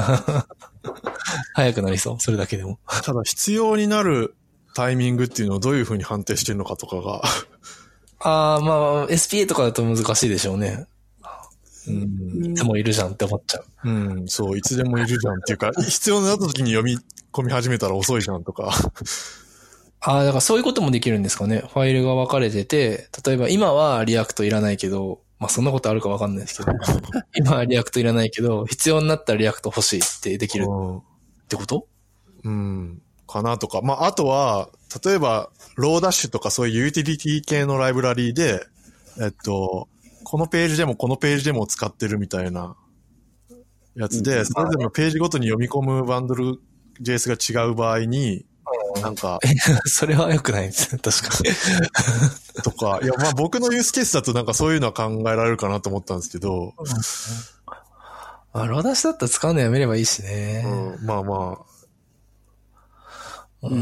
Speaker 3: 早くなりそう。それだけでも。
Speaker 2: ただ必要になるタイミングっていうのをどういうふうに判定してるのかとかが。
Speaker 3: ああ、まあ、エスピーエー とかだと難しいでしょうね。うん、いつもいるじゃんって思っちゃう。
Speaker 2: うん、そう、いつでもいるじゃんっていうか、必要になった時に読み込み始めたら遅いじゃんとか。
Speaker 3: ああ、だからそういうこともできるんですかね。ファイルが分かれてて、例えば今はリアクトいらないけど、まあそんなことあるか分かんないですけど、今はリアクトいらないけど、必要になったらリアクト欲しいってできるってこと？
Speaker 2: うん、かなとか。まああとは、例えば、ローダッシュとかそういうユーティリティ系のライブラリーで、えっと、このページでもこのページでも使ってるみたいなやつで、それぞれのページごとに読み込むバンドル ジェイエス が違う場合に、なんか。
Speaker 3: それは良くないです。確かに。
Speaker 2: とか、いや、まあ僕のユースケースだとなんかそういうのは考えられるかなと思ったんですけど。
Speaker 3: あ、ローダッシュだったら使うのやめればいいしね。
Speaker 2: うん、まあま
Speaker 3: あ。うん。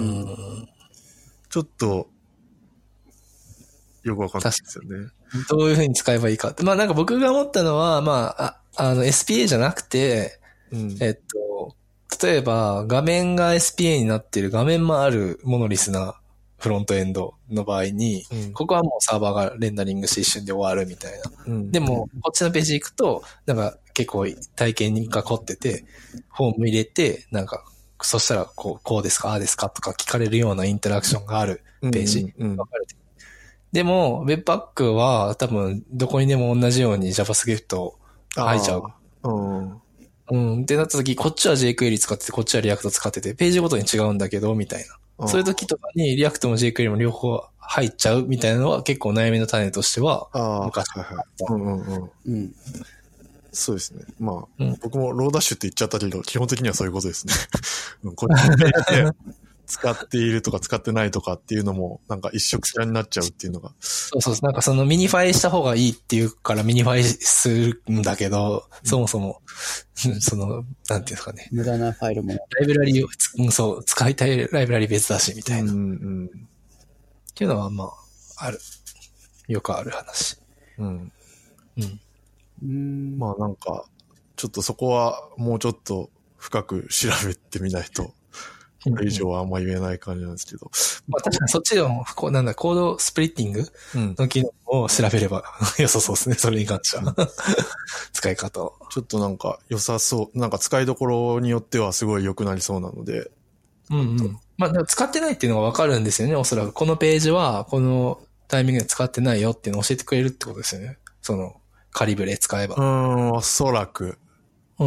Speaker 2: ちょっと、よくわかんないですよね。
Speaker 3: どういう風に使えばいいかって。まあなんか僕が思ったのは、まあ、あ、あの エスピーエー じゃなくて、うん、えっと、例えば画面が エスピーエー になっている画面もあるモノリスなフロントエンドの場合に、うん、ここはもうサーバーがレンダリングして一瞬で終わるみたいな。うん、でも、こっちのページ行くと、なんか結構体験が凝ってて、フォーム入れて、なんか、そしたらこう、こうですか、ああですかとか聞かれるようなインタラクションがあるページ。うんうんうん、分かれてる。でも、Webpack は多分どこにでも同じように JavaScript を書いちゃう。うんうん。ってなった時、こっちは jQuery 使ってて、こっちは React 使ってて、ページごとに違うんだけど、みたいな。そういう時とかに React も jQuery も両方入っちゃうみたいなのは結構悩みの種としては、昔あった。
Speaker 2: うんうんうん。うん。そうですね。まあ、うん、僕もローダッシュって言っちゃったけど、基本的にはそういうことですね。こっちで使っているとか使ってないとかっていうのも、なんか一色違になっちゃうっていうのが。
Speaker 3: そうそう。なんかそのミニファイした方がいいっていうからミニファイするんだけど、うん、そもそも、その、なんていうんですかね。
Speaker 1: 無駄なファイルも。
Speaker 3: ライブラリを、そう、使いたいライブラリ別だし、みたいな。うんうん。っていうのは、まあ、ある。よくある話。うん。
Speaker 2: うん。うんまあなんか、ちょっとそこはもうちょっと深く調べてみないと。これ以上はあんま言えない感じなんですけど。
Speaker 3: まあ確かにそっちでも、こうなんだ、コードスプリッティングの機能を調べれば良さそうですね。それに関しては。使い方を。
Speaker 2: ちょっとなんか良さそう。なんか使いどころによってはすごい良くなりそうなので。
Speaker 3: うんうん。まあ使ってないっていうのがわかるんですよね。おそらく。このページはこのタイミングで使ってないよっていうのを教えてくれるってことですよね。そのカリブレ使えば。
Speaker 2: うーん、おそらく。
Speaker 3: うん。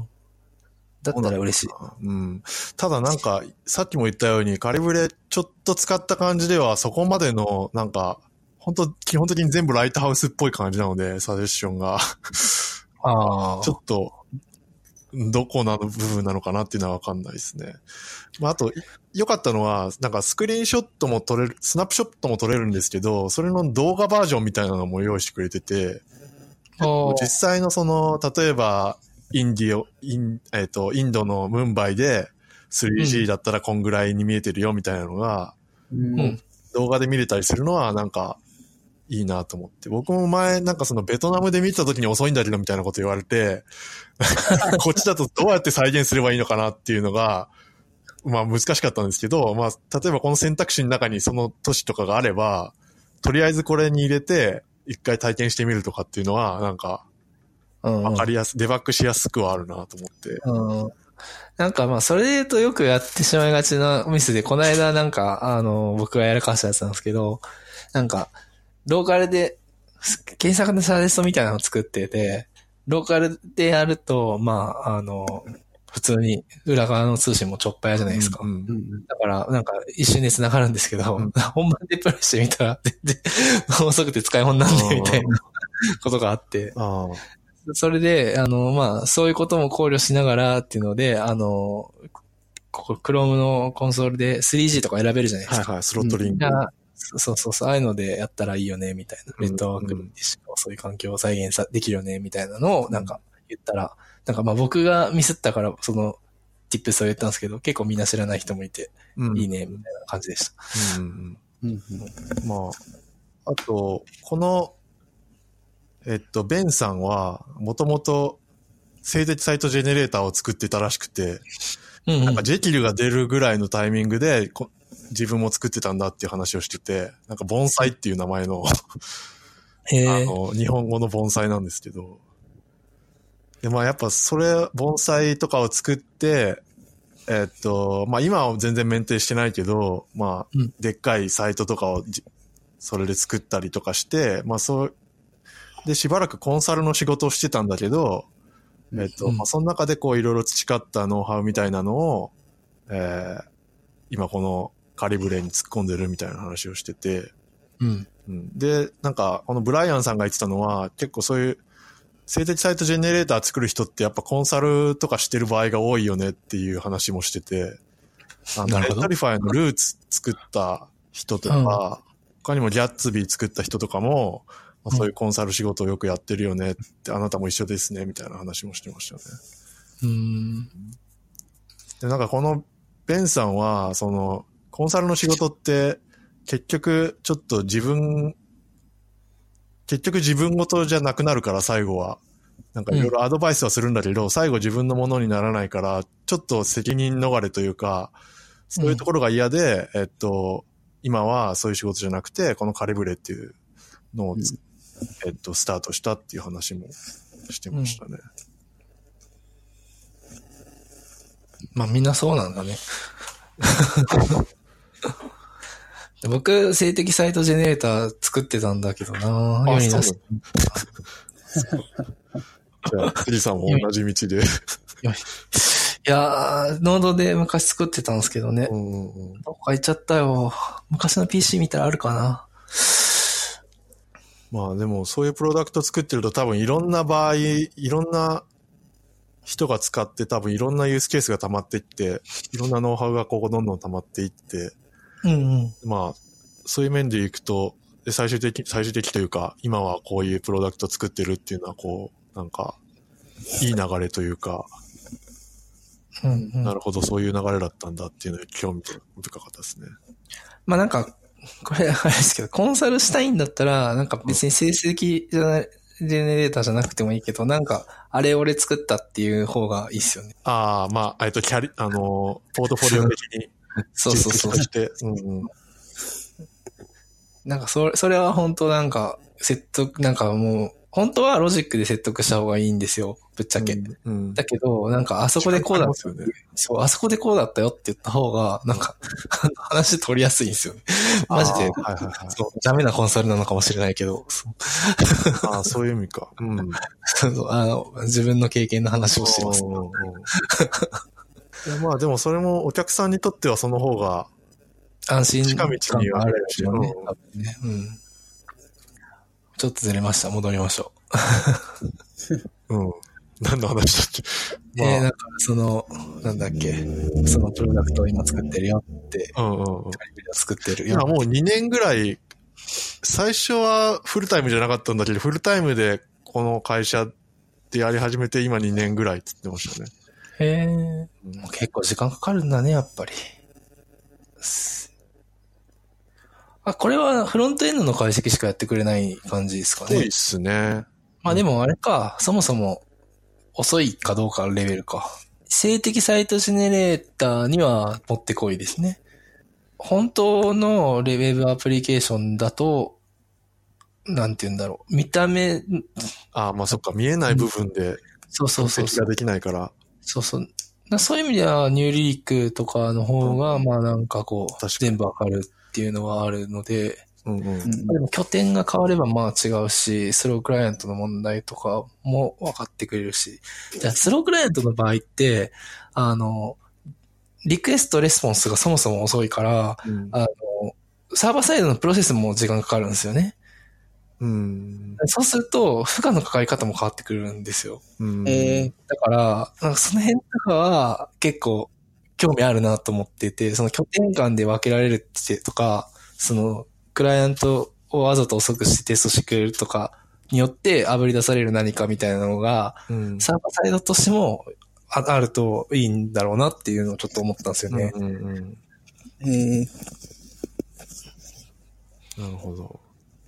Speaker 3: だったら嬉しい。
Speaker 2: うん。ただなんか、さっきも言ったように、カリブレちょっと使った感じでは、そこまでの、なんか、本当基本的に全部ライトハウスっぽい感じなので、サジェッションが。ああ。ちょっと、どこなの部分なのかなっていうのはわかんないですね。まあ、あと、良かったのは、なんかスクリーンショットも撮れる、スナップショットも撮れるんですけど、それの動画バージョンみたいなのも用意してくれてて、実際のその、例えば、インディオ、イン、えっと、インドのムンバイで スリージー だったらこんぐらいに見えてるよみたいなのが、うん、動画で見れたりするのはなんかいいなと思って。僕も前なんかそのベトナムで見た時に遅いんだけどみたいなこと言われて、こっちだとどうやって再現すればいいのかなっていうのが、まあ難しかったんですけど、まあ例えばこの選択肢の中にその都市とかがあれば、とりあえずこれに入れて一回体験してみるとかっていうのはなんかわかりやす、うん、デバッグしやすくはあるなと思って。
Speaker 3: うん、なんかまあそれで言うとよくやってしまいがちなミスで、この間なんかあの僕がやらかしたやつなんですけど、なんかローカルで検索のサジェストみたいなのを作ってて、ローカルでやるとまああの普通に裏側の通信もちょっぱやじゃないですか。うんうん、だから、なんか一瞬で繋がるんですけど、うん、本番でプレイしてみたら、全然遅くて使い物なんでみたいなことがあって、あそれで、あの、まあ、そういうことも考慮しながらっていうので、あの、ここ、Chrome のコンソールで スリージー とか選べるじゃないですか。
Speaker 2: はいはい、スロットリンク。
Speaker 3: うん、そうそうそう、ああいうのでやったらいいよね、みたいな。レッドワークでしかそういう環境を再現さできるよね、みたいなのをなんか言ったら、なんかまあ僕がミスったからその tips を言ったんですけど、結構みんな知らない人もいて、うん、いいねみたいな感じでした。うん
Speaker 2: うんうん、まああとこのえっとベンさんはもともと静的サイトジェネレーターを作ってたらしくて、うんうん、なんかジェキルが出るぐらいのタイミングでこ自分も作ってたんだっていう話をしてて、なんか盆栽っていう名前のあの日本語の盆栽なんですけど。で、まあやっぱそれ、盆栽とかを作って、えー、っと、まあ今は全然メンテしてないけど、まあ、うん、でっかいサイトとかをそれで作ったりとかして、まあそう、でしばらくコンサルの仕事をしてたんだけど、えー、っと、うん、まあその中でこういろいろ培ったノウハウみたいなのを、えー、今このカリブレに突っ込んでるみたいな話をしてて、うんうん、で、なんかこのブライアンさんが言ってたのは結構そういう静的サイトジェネレーター作る人ってやっぱコンサルとかしてる場合が多いよねっていう話もしてて、あの、レタリファイのルーツ作った人とか、うん、他にもギャッツビー作った人とかも、まあ、そういうコンサル仕事をよくやってるよねって、うん、あなたも一緒ですねみたいな話もしてましたね。うーんで、なんかこのベンさんは、その、コンサルの仕事って結局ちょっと自分、結局自分ごとじゃなくなるから最後は。なんかいろいろアドバイスはするんだけど、うん、最後自分のものにならないから、ちょっと責任逃れというか、そういうところが嫌で、うん、えっと、今はそういう仕事じゃなくて、このカリブレっていうのを、うん、えっと、スタートしたっていう話もしてましたね。うん、
Speaker 3: まあみんなそうなんだね。僕、静的サイトジェネレーター作ってたんだけどなぁ。
Speaker 2: あ、そう。じゃあ、杉さんも同じ道で。い
Speaker 3: やー、ノードで昔作ってたんですけどね。うんうん、どっか行っちゃったよ。昔の ピーシー 見たらあるかな。
Speaker 2: まあでも、そういうプロダクト作ってると多分いろんな場合、いろんな人が使って多分いろんなユースケースが溜まっていって、いろんなノウハウがこうどんどん溜まっていって、うんうん、まあ、そういう面でいくと、で最終的、最終的というか、今はこういうプロダクト作ってるっていうのは、こう、なんか、いい流れというか、うんうん、なるほど、そういう流れだったんだっていうのに興味深かったですね。
Speaker 3: まあなんか、これあれですけど、コンサルしたいんだったら、なんか別に成績じゃない、ジェネレーターじゃなくてもいいけど、なんか、あれ俺作ったっていう方がいいっすよね。
Speaker 2: ああ、まあ、えっと、キャリ、あの、ポートフォリオ的に。
Speaker 3: そうそうそう。して、うんうん、なんかそれ、それは本当なんか説得、なんかもう、本当はロジックで説得した方がいいんですよ。ぶっちゃけ。うんうん、だけど、なんかあそこでこうだった、ね。そう、あそこでこうだったよって言った方が、なんか、話取りやすいんですよね。マジで、はいはいはい、そう。ダメなコンサルなのかもしれないけど。
Speaker 2: そうああ、そういう意味か。うん。
Speaker 3: そうあの自分の経験の話をしてます、ね。
Speaker 2: いやまあでもそれもお客さんにとってはその方が
Speaker 3: 安心
Speaker 2: 近道にはあるしね。
Speaker 3: ねうん。ちょっとずれました。戻りましょ
Speaker 2: う。うん。何の話だっけ、
Speaker 3: まあ、えー、なんかその、なんだっけ、そのプロダクトを今作ってるよって。うんうんうん。作ってるよ。
Speaker 2: 今もうにねんぐらい、最初はフルタイムじゃなかったんだけど、フルタイムでこの会社でやり始めて今にねんぐらいって言ってましたね。
Speaker 3: へえ、うん。結構時間かかるんだね、やっぱり。 あ、これはフロントエンドの解析しかやってくれない感じですかね。
Speaker 2: 多いっすね。
Speaker 3: まあでもあれか、そもそも遅いかどうかレベルか。静的サイトジェネレーターにはもってこいですね。本当のレベルアプリケーションだと、なんて言うんだろう。見た目、
Speaker 2: ああ、まあそっか、見えない部分で、
Speaker 3: そうそうそうそう。
Speaker 2: 分析ができないから。
Speaker 3: そうそう。そういう意味では、ニューリークとかの方が、まあなんかこう、全部わかるっていうのはあるので、
Speaker 2: うんうん、
Speaker 3: でも拠点が変わればまあ違うし、スロークライアントの問題とかも分かってくれるし。じゃあスロークライアントの場合って、あの、リクエストレスポンスがそもそも遅いから、うん、あの、サーバーサイドのプロセスも時間かかるんですよね。
Speaker 2: うん、
Speaker 3: そうすると、負荷のかかり方も変わってくるんですよ。
Speaker 2: うん、
Speaker 3: えー、だから、なんかその辺とかは結構興味あるなと思ってて、その拠点間で分けられるってとか、そのクライアントをわざと遅くしてテストしてくれるとかによって炙り出される何かみたいなのが、うん、サーバーサイドとしても あ, あるといいんだろうなっていうのをちょっと思ったんですよね。
Speaker 2: うんうんうん、
Speaker 1: へー。
Speaker 2: なるほど。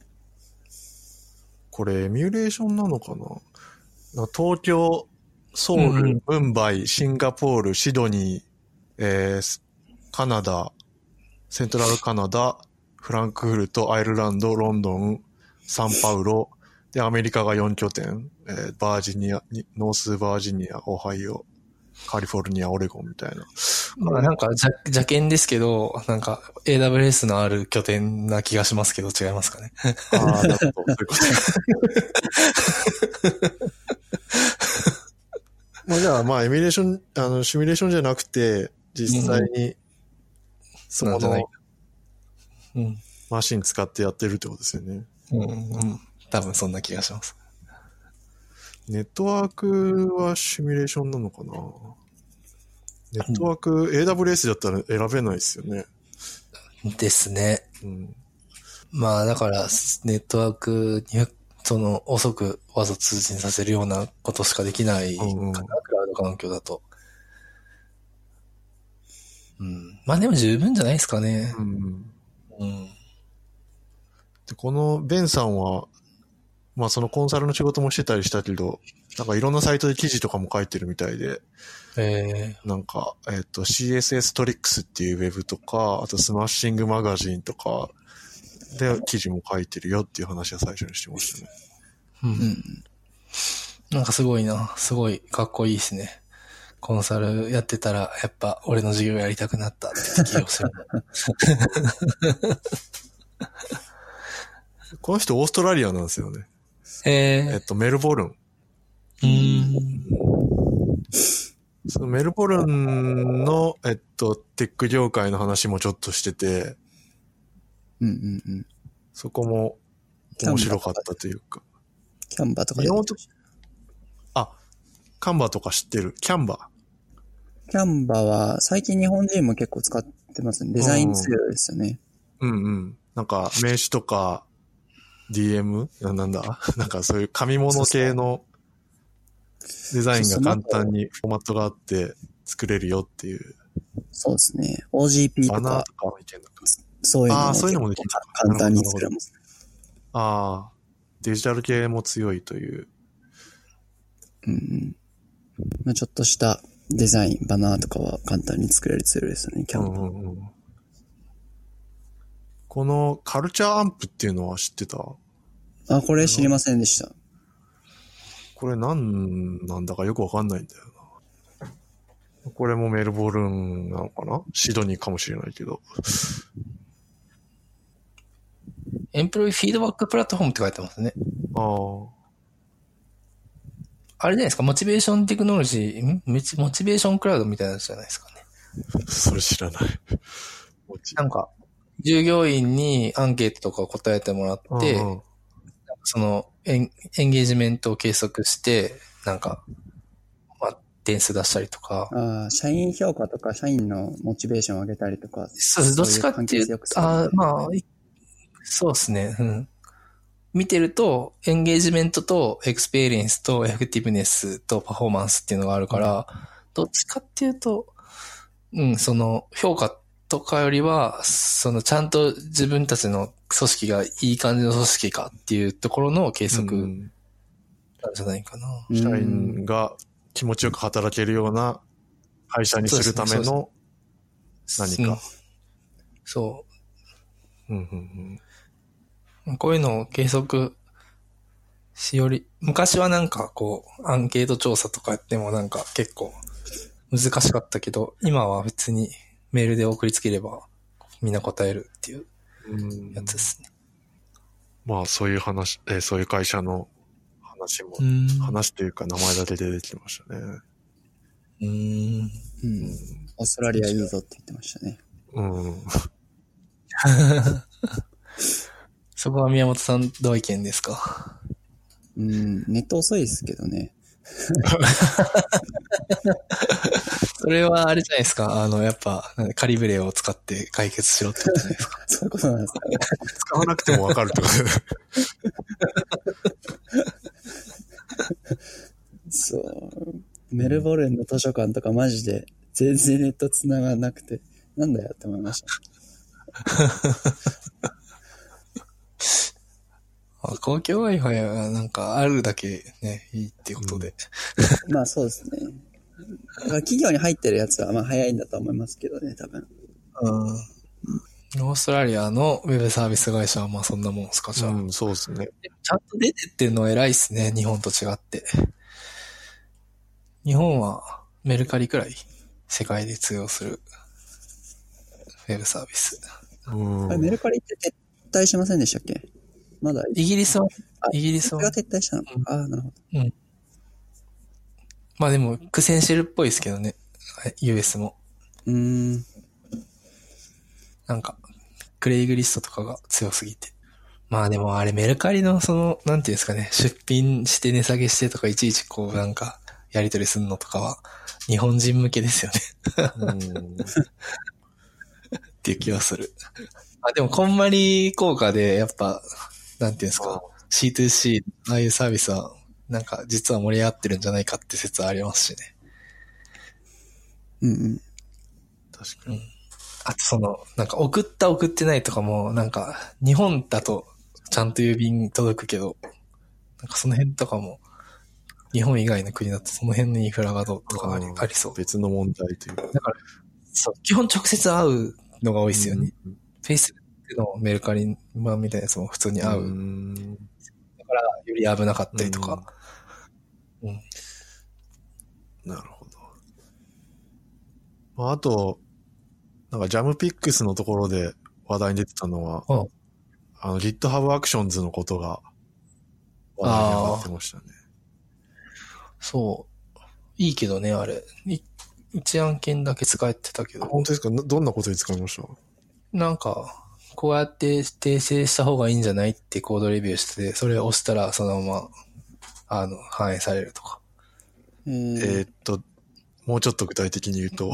Speaker 2: これエミュレーションなのかな？東京、ソウル、うん、ムンバイ、シンガポール、シドニー、えー、カナダ、セントラルカナダ、フランクフルト、アイルランド、ロンドン、サンパウロ、で、アメリカがよん拠点、えー、バージニア、ノースバージニア、オハイオ、カリフォルニア、オレゴンみたいな。
Speaker 3: まあなんか邪、邪険ですけど、なんか エーダブリューエス のある拠点な気がしますけど、違いますかね。
Speaker 2: ああ、なるほど。そういうことまあじゃあ、まあエミュレーション、あの、シミュレーションじゃなくて、実際に、その、うん、マシン使ってやってるってことですよね。
Speaker 3: うん、うん。多分そんな気がします。
Speaker 2: ネットワークはシミュレーションなのかな？ネットワーク、うん、エーダブリューエス だったら選べないですよね。
Speaker 3: ですね。
Speaker 2: うん、
Speaker 3: まあだから、ネットワークに、その遅くわざと通信させるようなことしかできないかな、うんうん、クラウド環境だと。うん。まあでも十分じゃないですかね。
Speaker 2: うん。
Speaker 3: うん。
Speaker 2: で、このベンさんは、まあそのコンサルの仕事もしてたりしたけど、なんかいろんなサイトで記事とかも書いてるみたいで、
Speaker 3: えー、
Speaker 2: なんか、えっ、ー、と シーエスエス トリックスっていうウェブとか、あとスマッシングマガジンとかで記事も書いてるよっていう話は最初にしてましたね。
Speaker 3: うん。なんかすごいな。すごいかっこいいですね。コンサルやってたら、やっぱ俺の授業やりたくなったって気がする。
Speaker 2: この人オーストラリアなんですよね。
Speaker 3: えー、
Speaker 2: えっと、メルボルン。
Speaker 3: うーん。
Speaker 2: そのメルボルンの、えっと、テック業界の話もちょっとしてて、
Speaker 1: うんうんうん。
Speaker 2: そこも面白かったというか。
Speaker 1: キャンバとか
Speaker 2: で。あ、カンバとか知ってる。キャンバ。
Speaker 1: キャンバは最近日本人も結構使ってますね。デザインツールですよね。
Speaker 2: うんうん。なんか名刺とか ディーエム? なんだなんかそういう紙物系のデザインが簡単にフォーマットがあって作れるよっていう。
Speaker 1: そうですね。オージーピー とか。
Speaker 2: バナーとかもいけるのか。
Speaker 1: そういうのも。
Speaker 2: ああ、そういうのもできる。
Speaker 1: 簡単に作れます。
Speaker 2: ああ、デジタル系も強いという。
Speaker 1: うん。まあ、ちょっとしたデザイン、バナーとかは簡単に作れるツールですよね、キャンバ。
Speaker 2: うんうんうん、このカルチャーアンプっていうのは知ってた？
Speaker 1: あ、これ知りませんでした。
Speaker 2: これ何なんだかよくわかんないんだよな。これもメルボルンなのかな？シドニーかもしれないけど。
Speaker 3: エンプロイフィードバックプラットフォームって書いてますね。
Speaker 2: ああ。
Speaker 3: あれじゃないですか、モチベーションテクノロジー、んモチベーションクラウドみたいなやつじゃないですかね。
Speaker 2: それ知らない。
Speaker 3: なんか、従業員にアンケートとかを答えてもらって、うん、そのエン、エンゲージメントを計測して、なんか、まあ、点数出したりとか。
Speaker 1: ああ、社員評価とか、社員のモチベーションを上げたりとか。
Speaker 3: そうです。どっちかっていうと、あまあ、そうですね。うん。見てると、エンゲージメントとエクスペリエンスとエフェクティブネスとパフォーマンスっていうのがあるから、うん、どっちかっていうと、うん、その、評価っとかよりは、そのちゃんと自分たちの組織がいい感じの組織かっていうところの計測なんじゃないかな。
Speaker 2: うん、社員が気持ちよく働けるような会社にするための何か。
Speaker 3: そう。
Speaker 2: うんうん
Speaker 3: うん、こういうのを計測しより、昔はなんかこう、アンケート調査とかやってもなんか結構難しかったけど、今は別にメールで送りつければみんな答えるっていうやつですね。
Speaker 2: うん、まあそういう話、えー、そういう会社の話も、話というか名前だけで出てきましたね。
Speaker 3: うーん。
Speaker 1: うん。オーストラリアいいぞって言ってましたね。
Speaker 2: うん。
Speaker 3: そこは宮本さんどう意見ですか？
Speaker 1: うん、ネット遅いですけどね。
Speaker 3: それはあれじゃないですか。あの、やっぱ、カリブレを使って解決しろってことじゃないですか。
Speaker 1: そういうことなんですかね。
Speaker 2: 使わなくてもわかるってこと
Speaker 1: そう。メルボルンの図書館とかマジで全然ネット繋がなくて、なんだよって思いました。
Speaker 3: 公共 Wi-Fi はなんかあるだけね、いいってことで。
Speaker 1: うん、まあそうですね。企業に入ってるやつはまあ早いんだと思いますけどね、多分。
Speaker 3: うん。オーストラリアのウェブサービス会社はまあそんなもんですか、じゃあ。
Speaker 2: うん、そうですね。
Speaker 3: ちゃんと出てってんの偉いっすね、日本と違って。日本はメルカリくらい世界で通用するウェブサービス。
Speaker 1: うん、あれメルカリって撤退しませんでしたっけ？まだ。
Speaker 3: イギリスは、イギリスは。
Speaker 1: それが撤退したのか。うん、ああ、なるほど。
Speaker 3: うん。まあでも苦戦してるっぽいですけどね、ユーエス も。
Speaker 1: うーん。
Speaker 3: なんか、クレイグリストとかが強すぎて。まあでもあれメルカリのその、なんていうんですかね、出品して値下げしてとかいちいちこうなんか、やり取りするのとかは、日本人向けですよね。うんっていう気はする。あ、でもこんまり効果で、やっぱ、なんていうんですか、シーツーシー、ああいうサービスは、なんか実は盛り上がってるんじゃないかって説はありますしね。
Speaker 1: うんうん。
Speaker 2: 確かに。うん、
Speaker 3: あとその、なんか送った送ってないとかも、なんか、日本だとちゃんと郵便届くけど、なんかその辺とかも、日本以外の国だとその辺のインフラがどうとかあり、ありそう。
Speaker 2: 別の問題というか。
Speaker 3: だから、そう、基本直接会うのが多いですよね。うん、Facebook のメルカリ版みたいなやつも普通に会う。うん、だから、より危なかったりとか。うんうん、
Speaker 2: なるほど。まあ、あと、なんかジャムピックスのところで話題に出てたのは、うん、あの GitHub Actions のことが話題に上がってましたね。
Speaker 3: そう。いいけどね、あれ。一案件だけ使えてたけど。
Speaker 2: 本当ですか？どんなことに使いました？
Speaker 3: なんか、こうやって訂正した方がいいんじゃないってコードレビューしてて、それを押したらそのまま、あの、反映されるとか。
Speaker 2: えー、っと、もうちょっと具体的に言うと。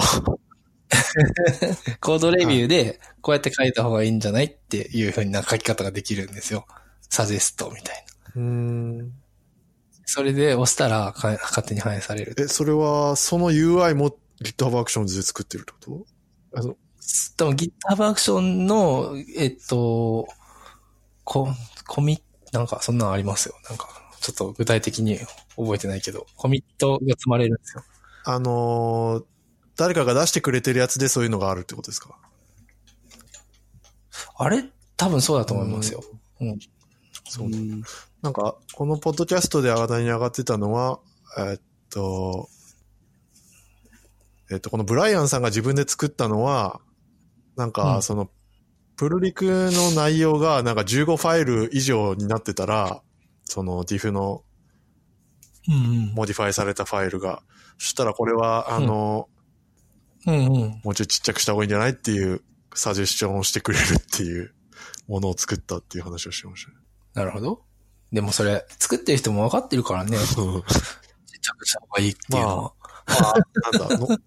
Speaker 3: コードレビューで、こうやって書いた方がいいんじゃないっていう風な書き方ができるんですよ。サジェストみたいな。うーん。それで押したら勝手に反映される。
Speaker 2: え、それは、その ユーアイ も GitHub Actions で作ってるってこと？あの、
Speaker 3: でも GitHub Action の、えっと、こ、コミ、なんかそんなのありますよ。なんか、ちょっと具体的に覚えてないけど、コミットが積まれるんですよ。
Speaker 2: あのー、誰かが出してくれてるやつでそういうのがあるってことですか？
Speaker 3: あれ多分そうだと思いますよ。うん。うん、
Speaker 2: そうだ。なんか、このポッドキャストで話題に上がってたのは、えっと、えっと、このブライアンさんが自分で作ったのは、なんか、その、うん、プルリクの内容がなんかじゅうごファイル以上になってたら、その diff の、モディファイされたファイルが、うんうん、そしたらこれは、あの、うんうん、もうちょいちっちゃくした方がいいんじゃないっていうサジェスションをしてくれるっていうものを作ったっていう話をしてましたね。
Speaker 3: なるほど。でもそれ、作ってる人も分かってるからね。ちっちゃくした方がいいっていうのは。
Speaker 2: まあ、まあ、なんだの。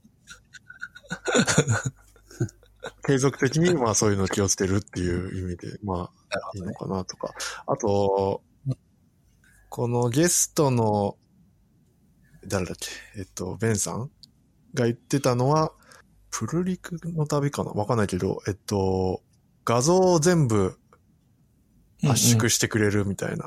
Speaker 2: 継続的に、まあそういうのを気をつけるっていう意味で、まあ、いいのかなとか。あと、このゲストの、誰だっけ、えっと、ベンさんが言ってたのは、 プルリクの旅かなわかんないけど、えっと、画像を全部圧縮してくれるみたいな。うんうん、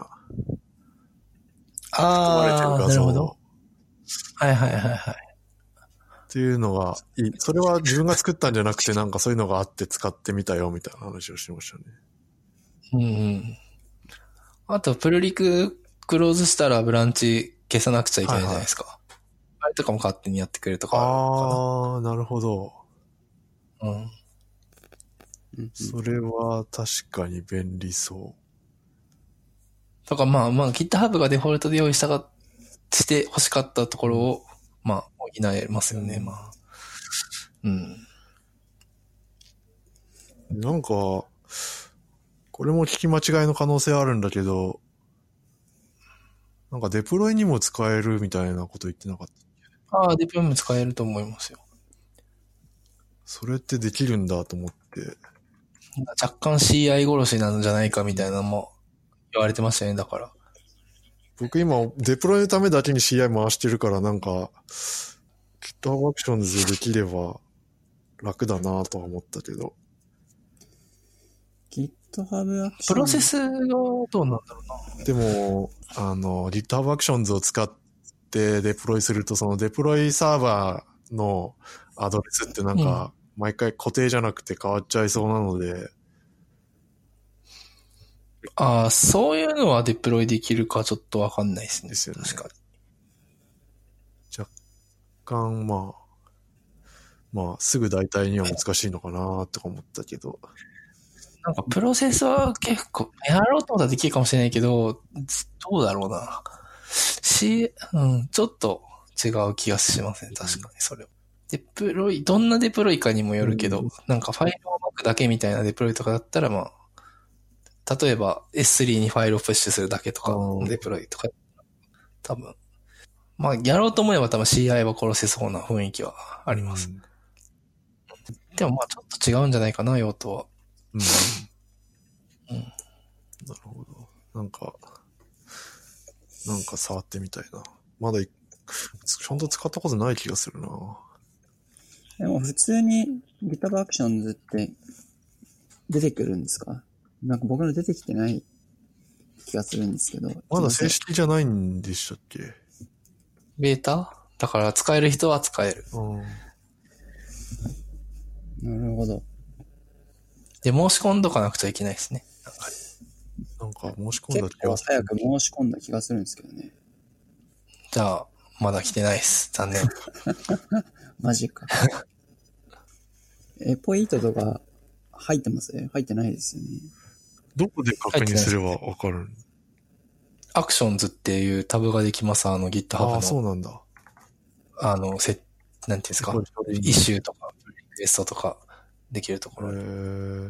Speaker 3: ああ、なるほど。はいはいはいはい。
Speaker 2: っていうのがいい。それは自分が作ったんじゃなくて、なんかそういうのがあって使ってみたよみたいな話をしてましたね。
Speaker 3: うんうん。あと、プルリククローズしたらブランチ消さなくちゃいけないじゃないですか。はいはい、あれとかも勝手にやってくれるとかあるのかな。
Speaker 2: ああ、なるほど。
Speaker 3: うん。
Speaker 2: それは確かに便利そう。
Speaker 3: だからまあまあ GitHub がデフォルトで用意したか、して欲しかったところを、うん、まあ補えますよね、うん、まあ。うん。
Speaker 2: なんか、これも聞き間違いの可能性あるんだけど、なんかデプロイにも使えるみたいなこと言ってなかった。
Speaker 3: ああ、デプロイも使えると思いますよ。
Speaker 2: それってできるんだと思って。
Speaker 3: 若干 シーアイ 殺しなんじゃないかみたいなのも言われてましたね、だから。
Speaker 2: 僕今、デプロイのためだけに シーアイ 回してるから、なんか、GitHub Actions できれば楽だなとは思ったけど。
Speaker 1: GitHub Actions。
Speaker 3: プロセスがどうなんだろうな。
Speaker 2: でも、あの、GitHub Actions を使ってデプロイすると、そのデプロイサーバーのアドレスってなんか、毎回固定じゃなくて変わっちゃいそうなので。うん、
Speaker 3: ああ、そういうのはデプロイできるかちょっとわかんないですね。
Speaker 2: ですよね。
Speaker 3: 確かに。
Speaker 2: 若干、まあ、まあ、すぐ代替には難しいのかなとか思ったけど。
Speaker 3: なんかプロセスは結構、やろうと思ったらできるかもしれないけど、どうだろうな。し、うん、ちょっと違う気がしますね。確かに、それは。デプロイ、どんなデプロイかにもよるけど、うん、なんかファイルを巻くだけみたいなデプロイとかだったら、まあ、例えば エススリー にファイルをプッシュするだけとかのデプロイとか、多分。まあ、やろうと思えば多分 シーアイ は殺せそうな雰囲気はあります。うん、でもまあ、ちょっと違うんじゃないかな、用途は。うん。
Speaker 2: うん。なるほど。なんか、なんか触ってみたいな。まだ、ちゃんと使ったことない気がするな。
Speaker 1: でも普通に GitHub Actions って出てくるんですか？なんか僕の出てきてない気がするんですけど。
Speaker 2: まだ正式じゃないんでしたっけ？
Speaker 3: ベータ？だから使える人は使える。
Speaker 1: なるほど。
Speaker 3: で、申し込んどかなくちゃいけないですね。
Speaker 2: なんか申し込んだ
Speaker 1: 気がする。結構早く申し込んだ気がするんですけどね。
Speaker 3: じゃあ、まだ来てないです。残念。
Speaker 1: マジか。え、ポイントとか入ってます？入ってないですよね。
Speaker 2: どこで確認すればわかる？
Speaker 3: アクションズっていうタブができます。あの GitHub の。
Speaker 2: ああ、そうなんだ。
Speaker 3: あの、せ、なんていうんですか。イシューとか、リクエストとかできるところ。へー。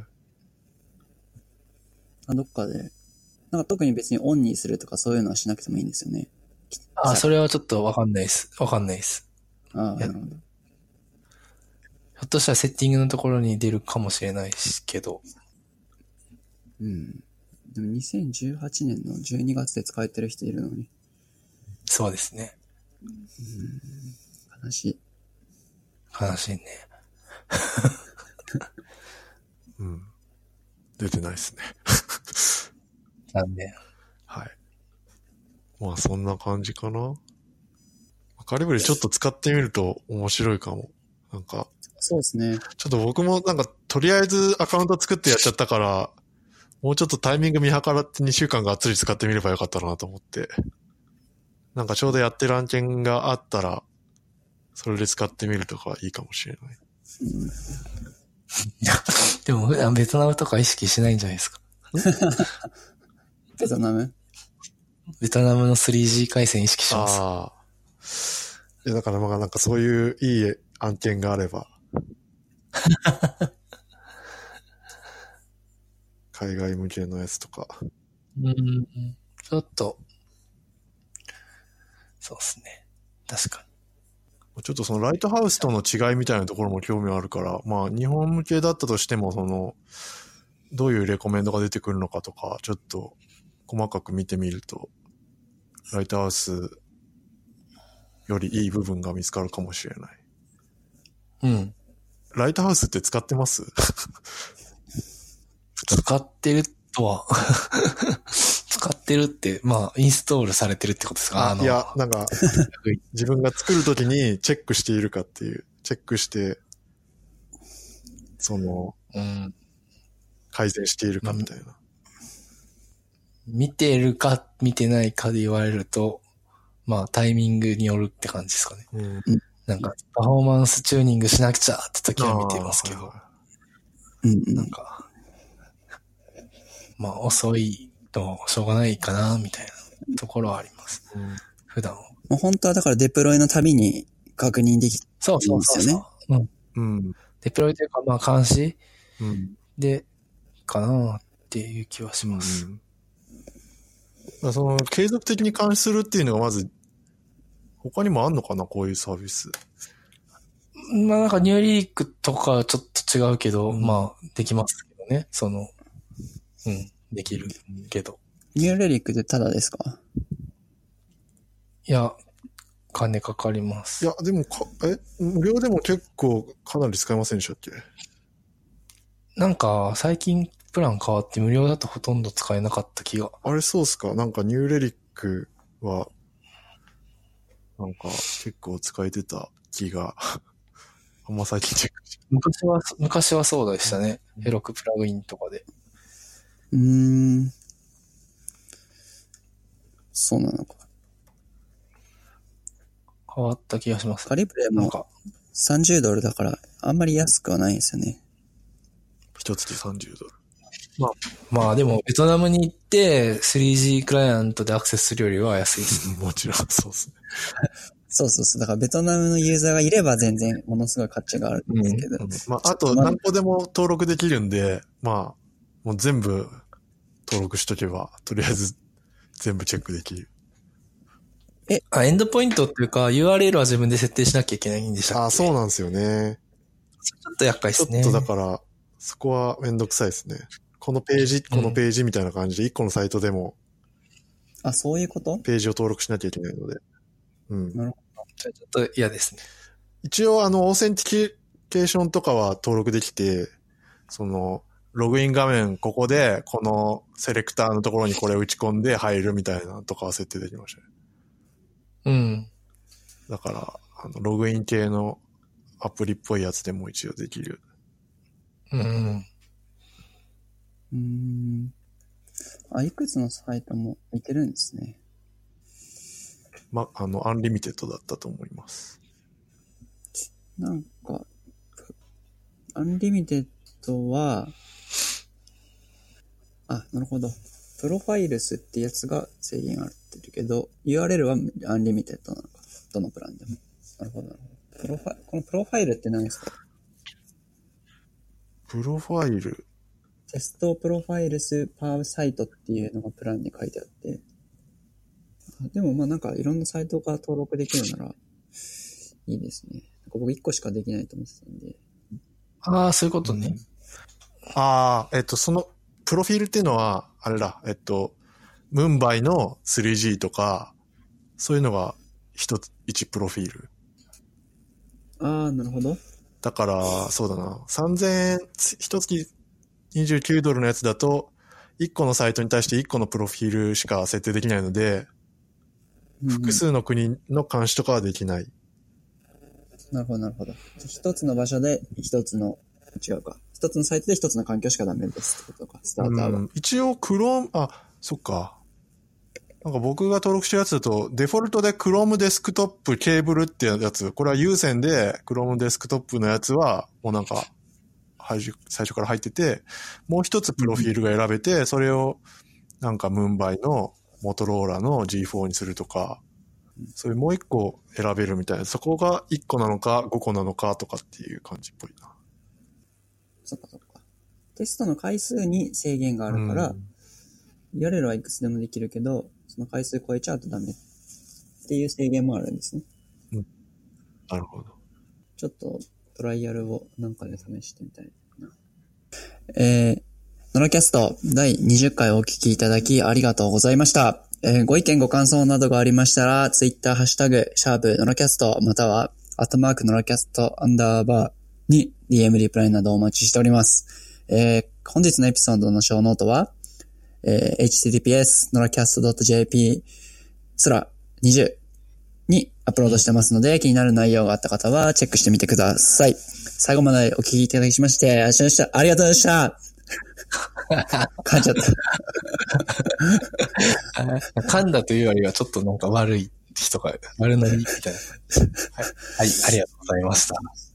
Speaker 1: あ、どっかで。なんか特に別にオンにするとかそういうのはしなくてもいいんですよね。
Speaker 3: ああ、それはちょっとわかんないです。わかんないです。
Speaker 1: ああ、なるほど。
Speaker 3: ひょっとしたらセッティングのところに出るかもしれないしけど。
Speaker 1: うん。でもにせんじゅうはちねんのじゅうにがつで使えてる人いるのに。
Speaker 3: そうですね。
Speaker 1: うん、悲しい。
Speaker 3: 悲しいね。
Speaker 2: うん。出てないですね。
Speaker 3: 残念。
Speaker 2: はい。まあそんな感じかな。カリブリちょっと使ってみると面白いかも。なんか。
Speaker 1: そうですね。
Speaker 2: ちょっと僕もなんかとりあえずアカウント作ってやっちゃったから、もうちょっとタイミング見計らってにしゅうかんがっつり使ってみればよかったなと思って。なんかちょうどやってる案件があったら、それで使ってみるとかいいかもしれない。うん、
Speaker 3: でも普段ベトナムとか意識しないんじゃないですか。
Speaker 1: ベトナム
Speaker 3: ベトナムの スリージー 回線意識します。
Speaker 2: ああ。いやだからまあなんかそういういい案件があれば。海外向けのやつとか。
Speaker 3: うん。ちょっと。そうですね。確かに。
Speaker 2: ちょっとそのライトハウスとの違いみたいなところも興味あるから、まあ日本向けだったとしてもその、どういうレコメンドが出てくるのかとか、ちょっと細かく見てみると、ライトハウスよりいい部分が見つかるかもしれない。
Speaker 3: うん。
Speaker 2: ライトハウスって使ってます？
Speaker 3: 使ってるとは。使ってるって、まあ、インストールされてるってことですか？あの
Speaker 2: いや、なんか、自分が作るときにチェックしているかっていう、チェックして、その、
Speaker 3: うん、
Speaker 2: 改善しているかみたいな。
Speaker 3: 見てるか見てないかで言われると、まあ、タイミングによるって感じですかね。
Speaker 2: うん、
Speaker 3: なんか、パフォーマンスチューニングしなくちゃって時は見てますけど、
Speaker 1: うんうん、
Speaker 3: なんか、まあ、遅いとしょうがないかな、みたいなところはあります。うん、普段。
Speaker 1: もう本当はだからデプロイのたびに確認できるんですよね。
Speaker 3: そうそうそうそう。うん。うん、デプロイというか、まあ、監視、うん、で、かなっていう気はします。うん
Speaker 2: うん、その、継続的に監視するっていうのがまず、他にもあんのかな、こういうサービス。
Speaker 3: まあなんかニューリークとかはちょっと違うけど、うん、まあできますけどね。その、うん、できるけど。
Speaker 1: ニューレリックってタダですか？
Speaker 3: いや、金かかります。
Speaker 2: いや、でもか、え、無料でも結構かなり使えませんでしたっけ？
Speaker 3: なんか最近プラン変わって無料だとほとんど使えなかった気が。
Speaker 2: あれそうっすか？なんかニューレリックは、なんか結構使えてた気が。あんま最近チェックして
Speaker 3: 昔は、昔はそうでしたね。うん、ヘロクプラグインとかで。
Speaker 1: うーん。そうなのか。
Speaker 3: 変わった気がします。
Speaker 1: カリブレもさんじゅうドルだから、あんまり安くはないんですよね。
Speaker 2: 一月さんじゅうドル。
Speaker 3: まあ、まあでも、ベトナムに行って スリージー クライアントでアクセスするよりは安いです。
Speaker 2: もちろん、そうですね。
Speaker 1: そうそうそう。だからベトナムのユーザーがいれば全然ものすごい価値があるんですけど。うん、
Speaker 2: まあ、あと何個でも登録できるんで、まあ、もう全部登録しとけば、とりあえず全部チェックできる。
Speaker 3: え、あ、エンドポイントっていうか ユーアールエル は自分で設定しなきゃいけないんでしたっけ？
Speaker 2: あ、そうなんですよね。
Speaker 3: ちょっと厄介ですね。
Speaker 2: ちょっとだから、そこはめんどくさいですね。このページ、このページみたいな感じで、一個のサイトでも、
Speaker 1: うん、あ、そういうこと？
Speaker 2: ページを登録しなきゃいけないので。うん。
Speaker 3: なるほど。ちょっと嫌ですね。
Speaker 2: 一応、あの、オーセンティケーションとかは登録できて、その、ログイン画面、ここで、このセレクターのところにこれを打ち込んで入るみたいなとかは設定できましたね。
Speaker 3: うん。
Speaker 2: だから、あの、ログイン系のアプリっぽいやつでも一応できる。
Speaker 3: うん。
Speaker 1: うーん。あ、いくつのサイトもいけるんですね。
Speaker 2: ま、あの、アンリミテッドだったと思います。
Speaker 1: なんか、アンリミテッドは、あ、なるほど。プロファイルスってやつが制限あるってるけど、ユーアールエル はアンリミテッドなのか。どのプランでも。なるほど、なるほど。プロファイこのプロファイルって何ですか？
Speaker 2: プロファイル
Speaker 1: テストプロファイルスパーサイトっていうのがプランに書いてあって、でもまあなんかいろんなサイトが登録できるならいいですね。なんか僕いっこしかできないと思ってたんで。
Speaker 3: ああ、そういうことね。
Speaker 2: ああ、えっと、その、プロフィールっていうのは、あれだ、えっと、ムンバイの スリージー とか、そういうのが一つ、一プロフィール。
Speaker 1: ああ、なるほど。
Speaker 2: だから、そうだな、さんぜんえん、一月にじゅうきゅうドルのやつだと、いっこのサイトに対していっこのプロフィールしか設定できないので、うんうん、複数の国の監視とかはできない。
Speaker 1: なるほど、なるほど。一つの場所で一つの、違うか。一つのサイトで一つの環境しかダメですってことか、スターターは。
Speaker 2: うん、一応、Chrome、あ、そっか。なんか僕が登録してるやつだと、デフォルトで Chrome デスクトップケーブルってやつ、これは有線で Chrome デスクトップのやつは、もうなんか、最初から入ってて、もう一つプロフィールが選べて、うん、それをなんかムンバイのモトローラの ジーフォー にするとか、それもう一個選べるみたいな、そこがいっこなのかごこなのかとかっていう感じっぽいな。
Speaker 1: そっかそっか。テストの回数に制限があるから、うん、ユーアールエルはいくつでもできるけど、その回数超えちゃうとダメっていう制限もあるんですね。
Speaker 2: うん。なるほど。
Speaker 1: ちょっとトライアルをなんかで試してみたいな。えー、ノラキャストだいにじゅっかいお聞きいただきありがとうございました。えー、ご意見ご感想などがありましたら、ツイッターハッシュタグ、シャープノラキャスト、または、アットマークノラキャストアンダーバに ディーエム リプライなどお待ちしております。えー、本日のエピソードのショーノートは、えー、エイチティーティーピーエス ノラキャスト ドット ジェーピー スラにじゅうにアップロードしてますので、気になる内容があった方はチェックしてみてください。最後までお聞きいただきまして、ありがとうございました。ありがとうございました。噛んじゃった。
Speaker 3: 噛んだというよりはちょっとなんか悪い人が悪ノリみたいな。はい、はい、ありがとうございました。